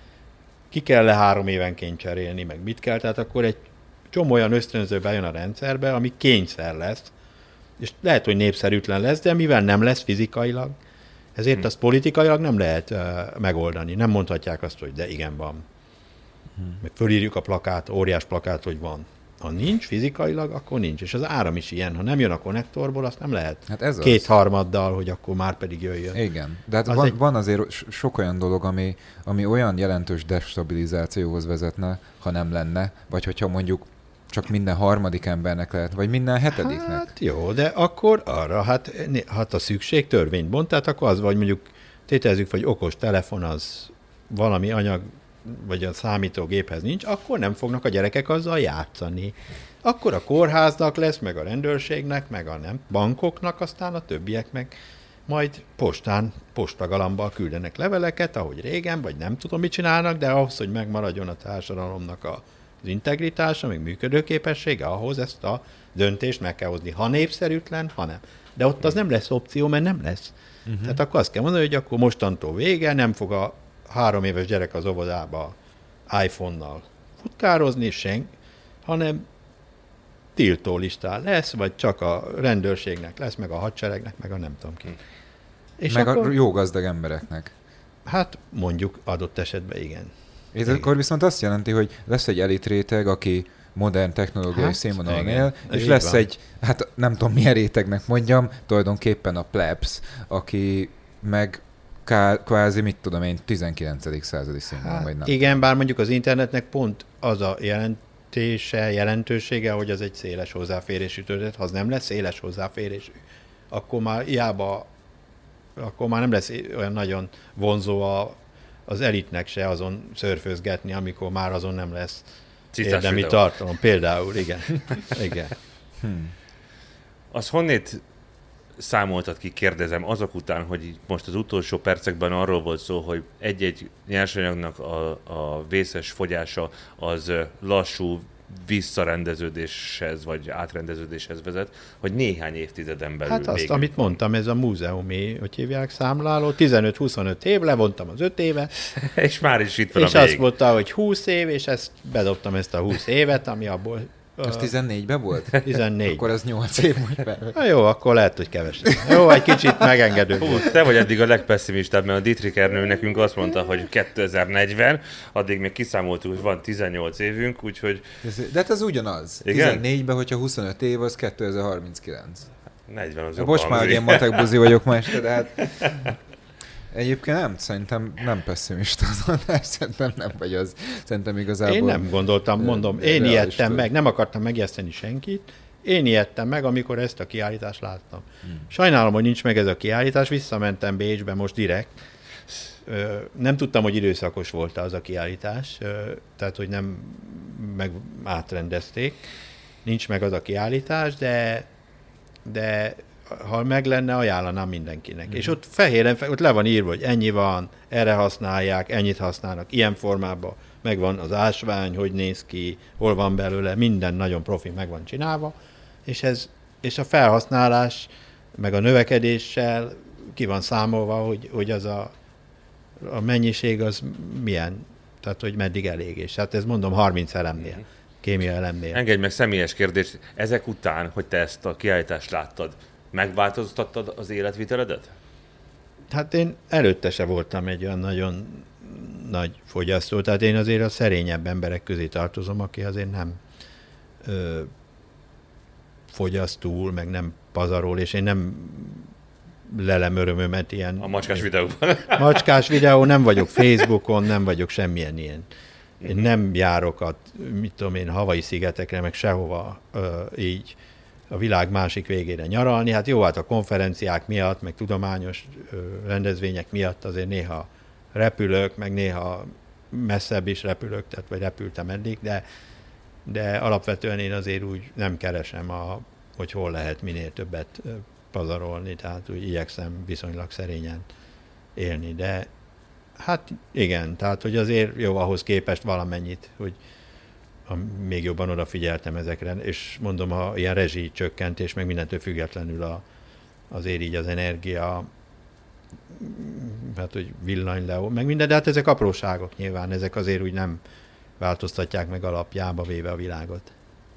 ki kell le három évenként cserélni, meg mit kell, tehát akkor egy csomó olyan ösztönző bejön a rendszerbe, ami kényszer lesz, és lehet, hogy népszerűtlen lesz, de mivel nem lesz fizikailag, ezért hmm. azt politikailag nem lehet uh, megoldani. Nem mondhatják azt, hogy de igen, van. Hmm. Meg fölírjuk a plakát, óriás plakát, hogy van. Ha nincs fizikailag, akkor nincs. És az áram is ilyen. Ha nem jön a konnektorból, azt nem lehet hát ez kétharmaddal, hogy akkor már pedig jöjjön. Igen, de hát az van, egy... van azért sok olyan dolog, ami, ami olyan jelentős destabilizációhoz vezetne, ha nem lenne, vagy hogyha mondjuk csak minden harmadik embernek lehet, vagy minden hetediknek. Hát jó, de akkor arra, hát, hát a szükség törvényt bont, tehát akkor az, vagy mondjuk tételezzük, hogy okos telefon az valami anyag, vagy a számítógéphez nincs, akkor nem fognak a gyerekek azzal játszani. Akkor a kórháznak lesz, meg a rendőrségnek, meg a nem bankoknak, aztán a többiek meg majd postán, postagalambal küldenek leveleket, ahogy régen, vagy nem tudom, mit csinálnak, de ahhoz, hogy megmaradjon a társadalomnak a az integritása, még működőképessége, ahhoz ezt a döntést meg kell hozni. Ha népszerűtlen, ha nem. De ott az nem lesz opció, mert nem lesz. Uh-huh. Tehát akkor azt kell mondani, hogy akkor mostantól vége, nem fog a három éves gyerek az óvodába iPhone-nal futkározni, senki, hanem tiltólistán lesz, vagy csak a rendőrségnek lesz, meg a hadseregnek, meg a nem tudom ki. És meg akkor, a jó gazdag embereknek. Hát mondjuk adott esetben igen. Ez akkor viszont azt jelenti, hogy lesz egy elit réteg, aki modern technológiai hát, színvonalon él, és így lesz van. Egy, hát nem tudom milyen rétegnek mondjam, tulajdonképpen a plebs, aki meg ká, kvázi, mit tudom én, tizenkilencedik századi színvonalon, hát, vagy nem. Igen, bár mondjuk az internetnek pont az a jelentése, jelentősége, hogy az egy széles hozzáférésű történet. Ha az nem lesz széles hozzáférésű, akkor már hiába, akkor már nem lesz olyan nagyon vonzó a az elitnek se azon szörfözgetni, amikor már azon nem lesz Cicás érdemi videó. Tartalom. Például, igen. igen. Hmm. Az honnét számoltad ki, kérdezem, azok után, hogy most az utolsó percekben arról volt szó, hogy egy-egy nyersanyagnak a, a vészes fogyása az lassú visszarendeződéshez, vagy átrendeződéshez vezet, hogy néhány évtizeden belül hát azt, amit van. Mondtam, ez a múzeumi, hogy hívják, számláló, tizenöt-huszonöt év, levontam az öt évet. És már is itt van és a vég. azt mondta, hogy húsz év, és ezt bedobtam ezt a húsz évet, ami abból Az tizennégyben volt? tizennégy. Akkor az nyolc év most már. Na jó, akkor lehet, hogy kevesebb. Jó, egy kicsit megengedő volt. Te vagy eddig a legpesszimistább, mert a Dietrich Ernő nekünk azt mondta, hogy kétezer-negyven, addig még kiszámoltuk, hogy van tizennyolc évünk, úgyhogy... De hát ez ugyanaz. Igen? tizennégyben, hogyha huszonöt év, az kétezer-harminckilenc. negyven az jobban. Most már én matekbuzi vagyok ma este, de hát... Egyébként nem, szerintem nem pessimista az adás, szerintem nem vagy az. Szerintem igazából... Én nem gondoltam, mondom, én ijedtem meg, nem akartam megijeszteni senkit, én ijedtem meg, amikor ezt a kiállítást láttam. Hmm. Sajnálom, hogy nincs meg ez a kiállítás, visszamentem Bécsbe most direkt. Nem tudtam, hogy időszakos volt az a kiállítás, tehát, hogy nem meg átrendezték. Nincs meg az a kiállítás, de, de ha meg lenne, ajánlanám mindenkinek. Mm-hmm. És ott fehéren, ott le van írva, hogy ennyi van, erre használják, ennyit használnak, ilyen formában megvan az ásvány, hogy néz ki, hol van belőle, minden nagyon profi meg van csinálva, és, ez, és a felhasználás, meg a növekedéssel ki van számolva, hogy, hogy az a, a mennyiség az milyen, tehát hogy meddig elég, és hát ez mondom harminc elemnél, mm-hmm. kémia elemnél. Engedj meg személyes kérdést, ezek után, hogy te ezt a kiállítást láttad, megváltoztattad az életviteledet? Hát én előtte se voltam egy olyan nagyon nagy fogyasztó, tehát én azért a szerényebb emberek közé tartozom, aki azért nem ö, fogyaszt túl, meg nem pazarol, és én nem lelem örömömet ilyen... A macskás videóban. Macskás videó, nem vagyok Facebookon, nem vagyok semmilyen ilyen. Én nem járok a, mit tudom én, Hawaii szigetekre, meg sehova ö, így a világ másik végére nyaralni. Hát jó, hát a konferenciák miatt, meg tudományos ö, rendezvények miatt azért néha repülök, meg néha messzebb is repülök, tehát vagy repültem eddig, de, de alapvetően én azért úgy nem keresem, a, hogy hol lehet minél többet pazarolni, tehát úgy igyekszem viszonylag szerényen élni, de hát igen, tehát hogy azért jó ahhoz képest valamennyit, hogy a, még jobban odafigyeltem ezekre, és mondom, ha ilyen rezsicsökkentés, meg mindentől függetlenül a, azért így az energia, hát hogy villanyleó, meg minden, de hát ezek apróságok nyilván, ezek azért úgy nem változtatják meg alapjába véve a világot.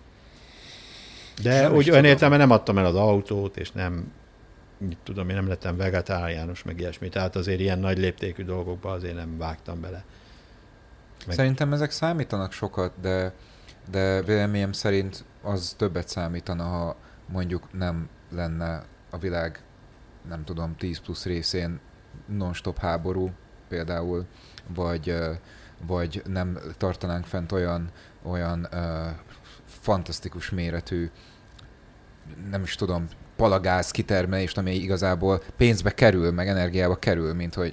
De nem úgy olyan értelemben nem adtam el az autót, és nem, mit tudom, én nem lettem vegetáriánus, meg ilyesmi, tehát azért ilyen nagy léptékű dolgokba azért nem vágtam bele. Meg... Szerintem ezek számítanak sokat, de, de véleményem szerint az többet számítana, ha mondjuk nem lenne a világ, nem tudom, tíz plusz részén non-stop háború például, vagy, vagy nem tartanánk fent olyan, olyan uh, fantasztikus méretű, nem is tudom, palagáz kitermelést, ami igazából pénzbe kerül, meg energiába kerül, mint hogy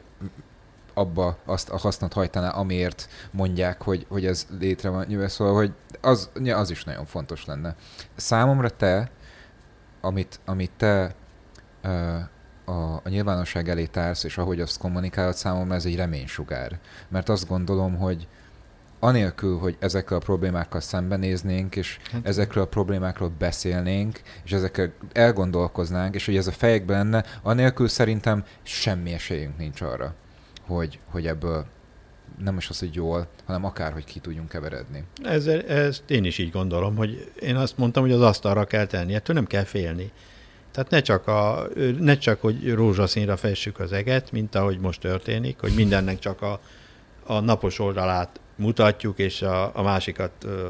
abba azt a hasznot hajtaná, amiért mondják, hogy, hogy ez létre van nyilván, szóval, hogy az, az is nagyon fontos lenne. Számomra te, amit, amit te uh, a, a nyilvánosság elé társz, és ahogy azt kommunikálod, számomra ez egy reménysugár. Mert azt gondolom, hogy anélkül, hogy ezekkel a problémákkal szembenéznénk, és hát, ezekről a problémákról beszélnénk, és ezekkel elgondolkoznánk, és hogy ez a fejekben lenne, anélkül szerintem semmi esélyünk nincs arra, hogy, hogy ebből nem is az, hogy jól, hanem akárhogy ki tudjunk keveredni. Ez, ezt én is így gondolom, hogy én azt mondtam, hogy az asztalra kell tenni, ettől nem kell félni. Tehát ne csak, a, ne csak hogy rózsaszínra fessük az eget, mint ahogy most történik, hogy mindennek csak a, a napos oldalát mutatjuk, és a, a másikat ö,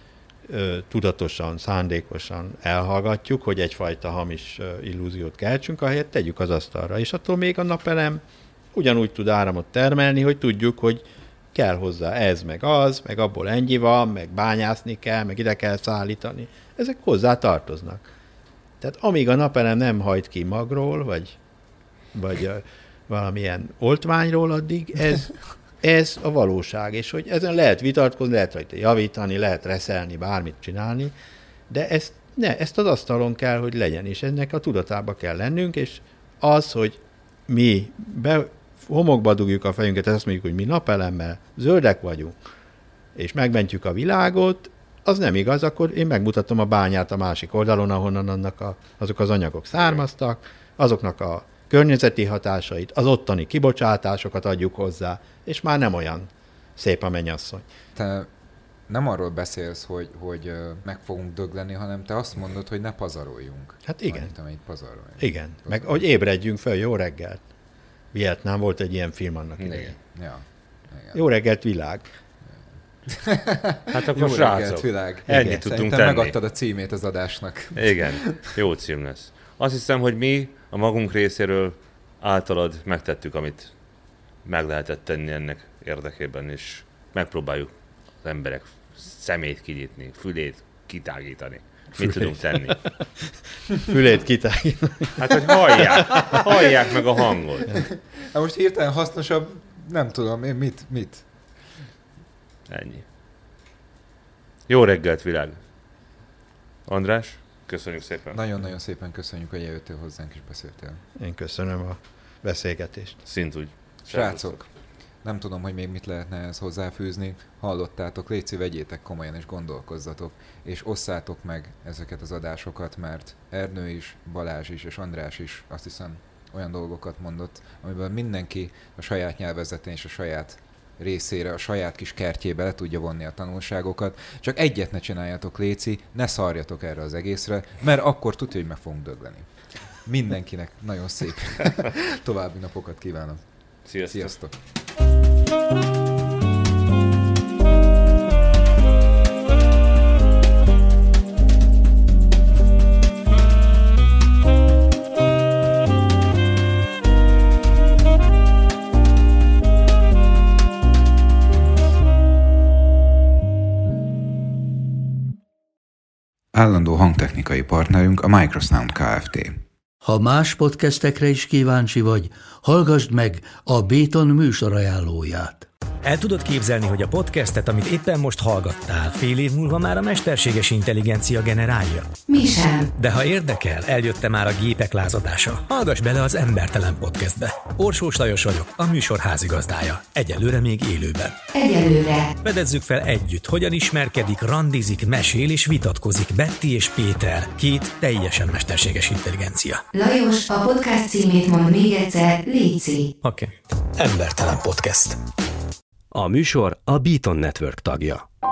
ö, tudatosan, szándékosan elhallgatjuk, hogy egyfajta hamis ö, illúziót keltsünk, ahelyett tegyük az asztalra. És attól még a napelem ugyanúgy tud áramot termelni, hogy tudjuk, hogy kell hozzá ez, meg az, meg abból ennyi van, meg bányászni kell, meg ide kell szállítani. Ezek hozzá tartoznak. Tehát amíg a napelem nem hajt ki magról, vagy, vagy ö, valamilyen oltványról, addig ez... Ez a valóság, és hogy ezen lehet vitatkozni, lehet rajta javítani, lehet reszelni, bármit csinálni, de ezt, ne, ezt az asztalon kell, hogy legyen, és ennek a tudatába kell lennünk, és az, hogy mi be, homokba dugjuk a fejünket, azt mondjuk, hogy mi napelemmel zöldek vagyunk, és megmentjük a világot, az nem igaz, akkor én megmutatom a bányát a másik oldalon, ahonnan annak a, azok az anyagok származtak, azoknak a környezeti hatásait, az ottani kibocsátásokat adjuk hozzá, és már nem olyan szép a mennyasszony. Te nem arról beszélsz, hogy, hogy meg fogunk dögleni, hanem te azt mondod, hogy ne pazaroljunk. Hát igen. Annyit, amennyit pazaroljunk. Igen. Pazaroljunk. Meg hogy ébredjünk fel, jó reggelt. Vietnám volt egy ilyen film annak idején. Igen. Ja. Igen. Jó reggelt, világ. Hát akkor Jó srácok, reggelt, világ. ennyit Igen, tudtunk szerintem tenni. megadtad a címét az adásnak. Igen, jó cím lesz. Azt hiszem, hogy mi a magunk részéről általad megtettük, amit meg lehetett tenni ennek érdekében, és megpróbáljuk az emberek szemét kinyitni, fülét kitágítani. Mit tudunk tenni? Fülét kitágítani. Hát, hogy hallják, hallják meg a hangot. Hát most hirtelen hasznosabb, nem tudom, én mit, mit? Ennyi. Jó reggelt, világ! András, köszönjük szépen. Nagyon-nagyon szépen köszönjük, hogy eljöttél hozzánk és beszéltél. Én köszönöm a beszélgetést. Szintúgy. Srácok, nem tudom, hogy még mit lehetne ehhez hozzáfűzni. Hallottátok, légy szíves, vegyétek komolyan és gondolkozzatok, és osszátok meg ezeket az adásokat, mert Ernő is, Balázs is és András is azt hiszem olyan dolgokat mondott, amiből mindenki a saját nyelvezetén és a saját részére, a saját kis kertjébe le tudja vonni a tanulságokat. Csak egyet ne csináljatok, léci, ne szarjatok erre az egészre, mert akkor tudja, hogy meg fogunk dögleni. Mindenkinek nagyon szép további napokat kívánok. Sziasztok! Sziasztok. Állandó hangtechnikai partnerünk a Microsound Kft. Ha más podcastekre is kíváncsi vagy, hallgassd meg a Béton műsor ajánlóját. El tudod képzelni, hogy a podcastet, amit éppen most hallgattál, fél év múlva már a mesterséges intelligencia generálja? Mi sem. De ha érdekel, eljött már a gépek lázadása. Hallgass bele az Embertelen Podcastbe. Orsós Lajos vagyok, a műsor házigazdája. Egyelőre még élőben. Egyelőre. Fedezzük fel együtt, hogyan ismerkedik, randizik, mesél és vitatkozik Betty és Péter, két teljesen mesterséges intelligencia. Lajos, a podcast címét mond még egyszer, léci. Oké. Okay. Embertelen Podcast. A műsor a Beaton Network tagja.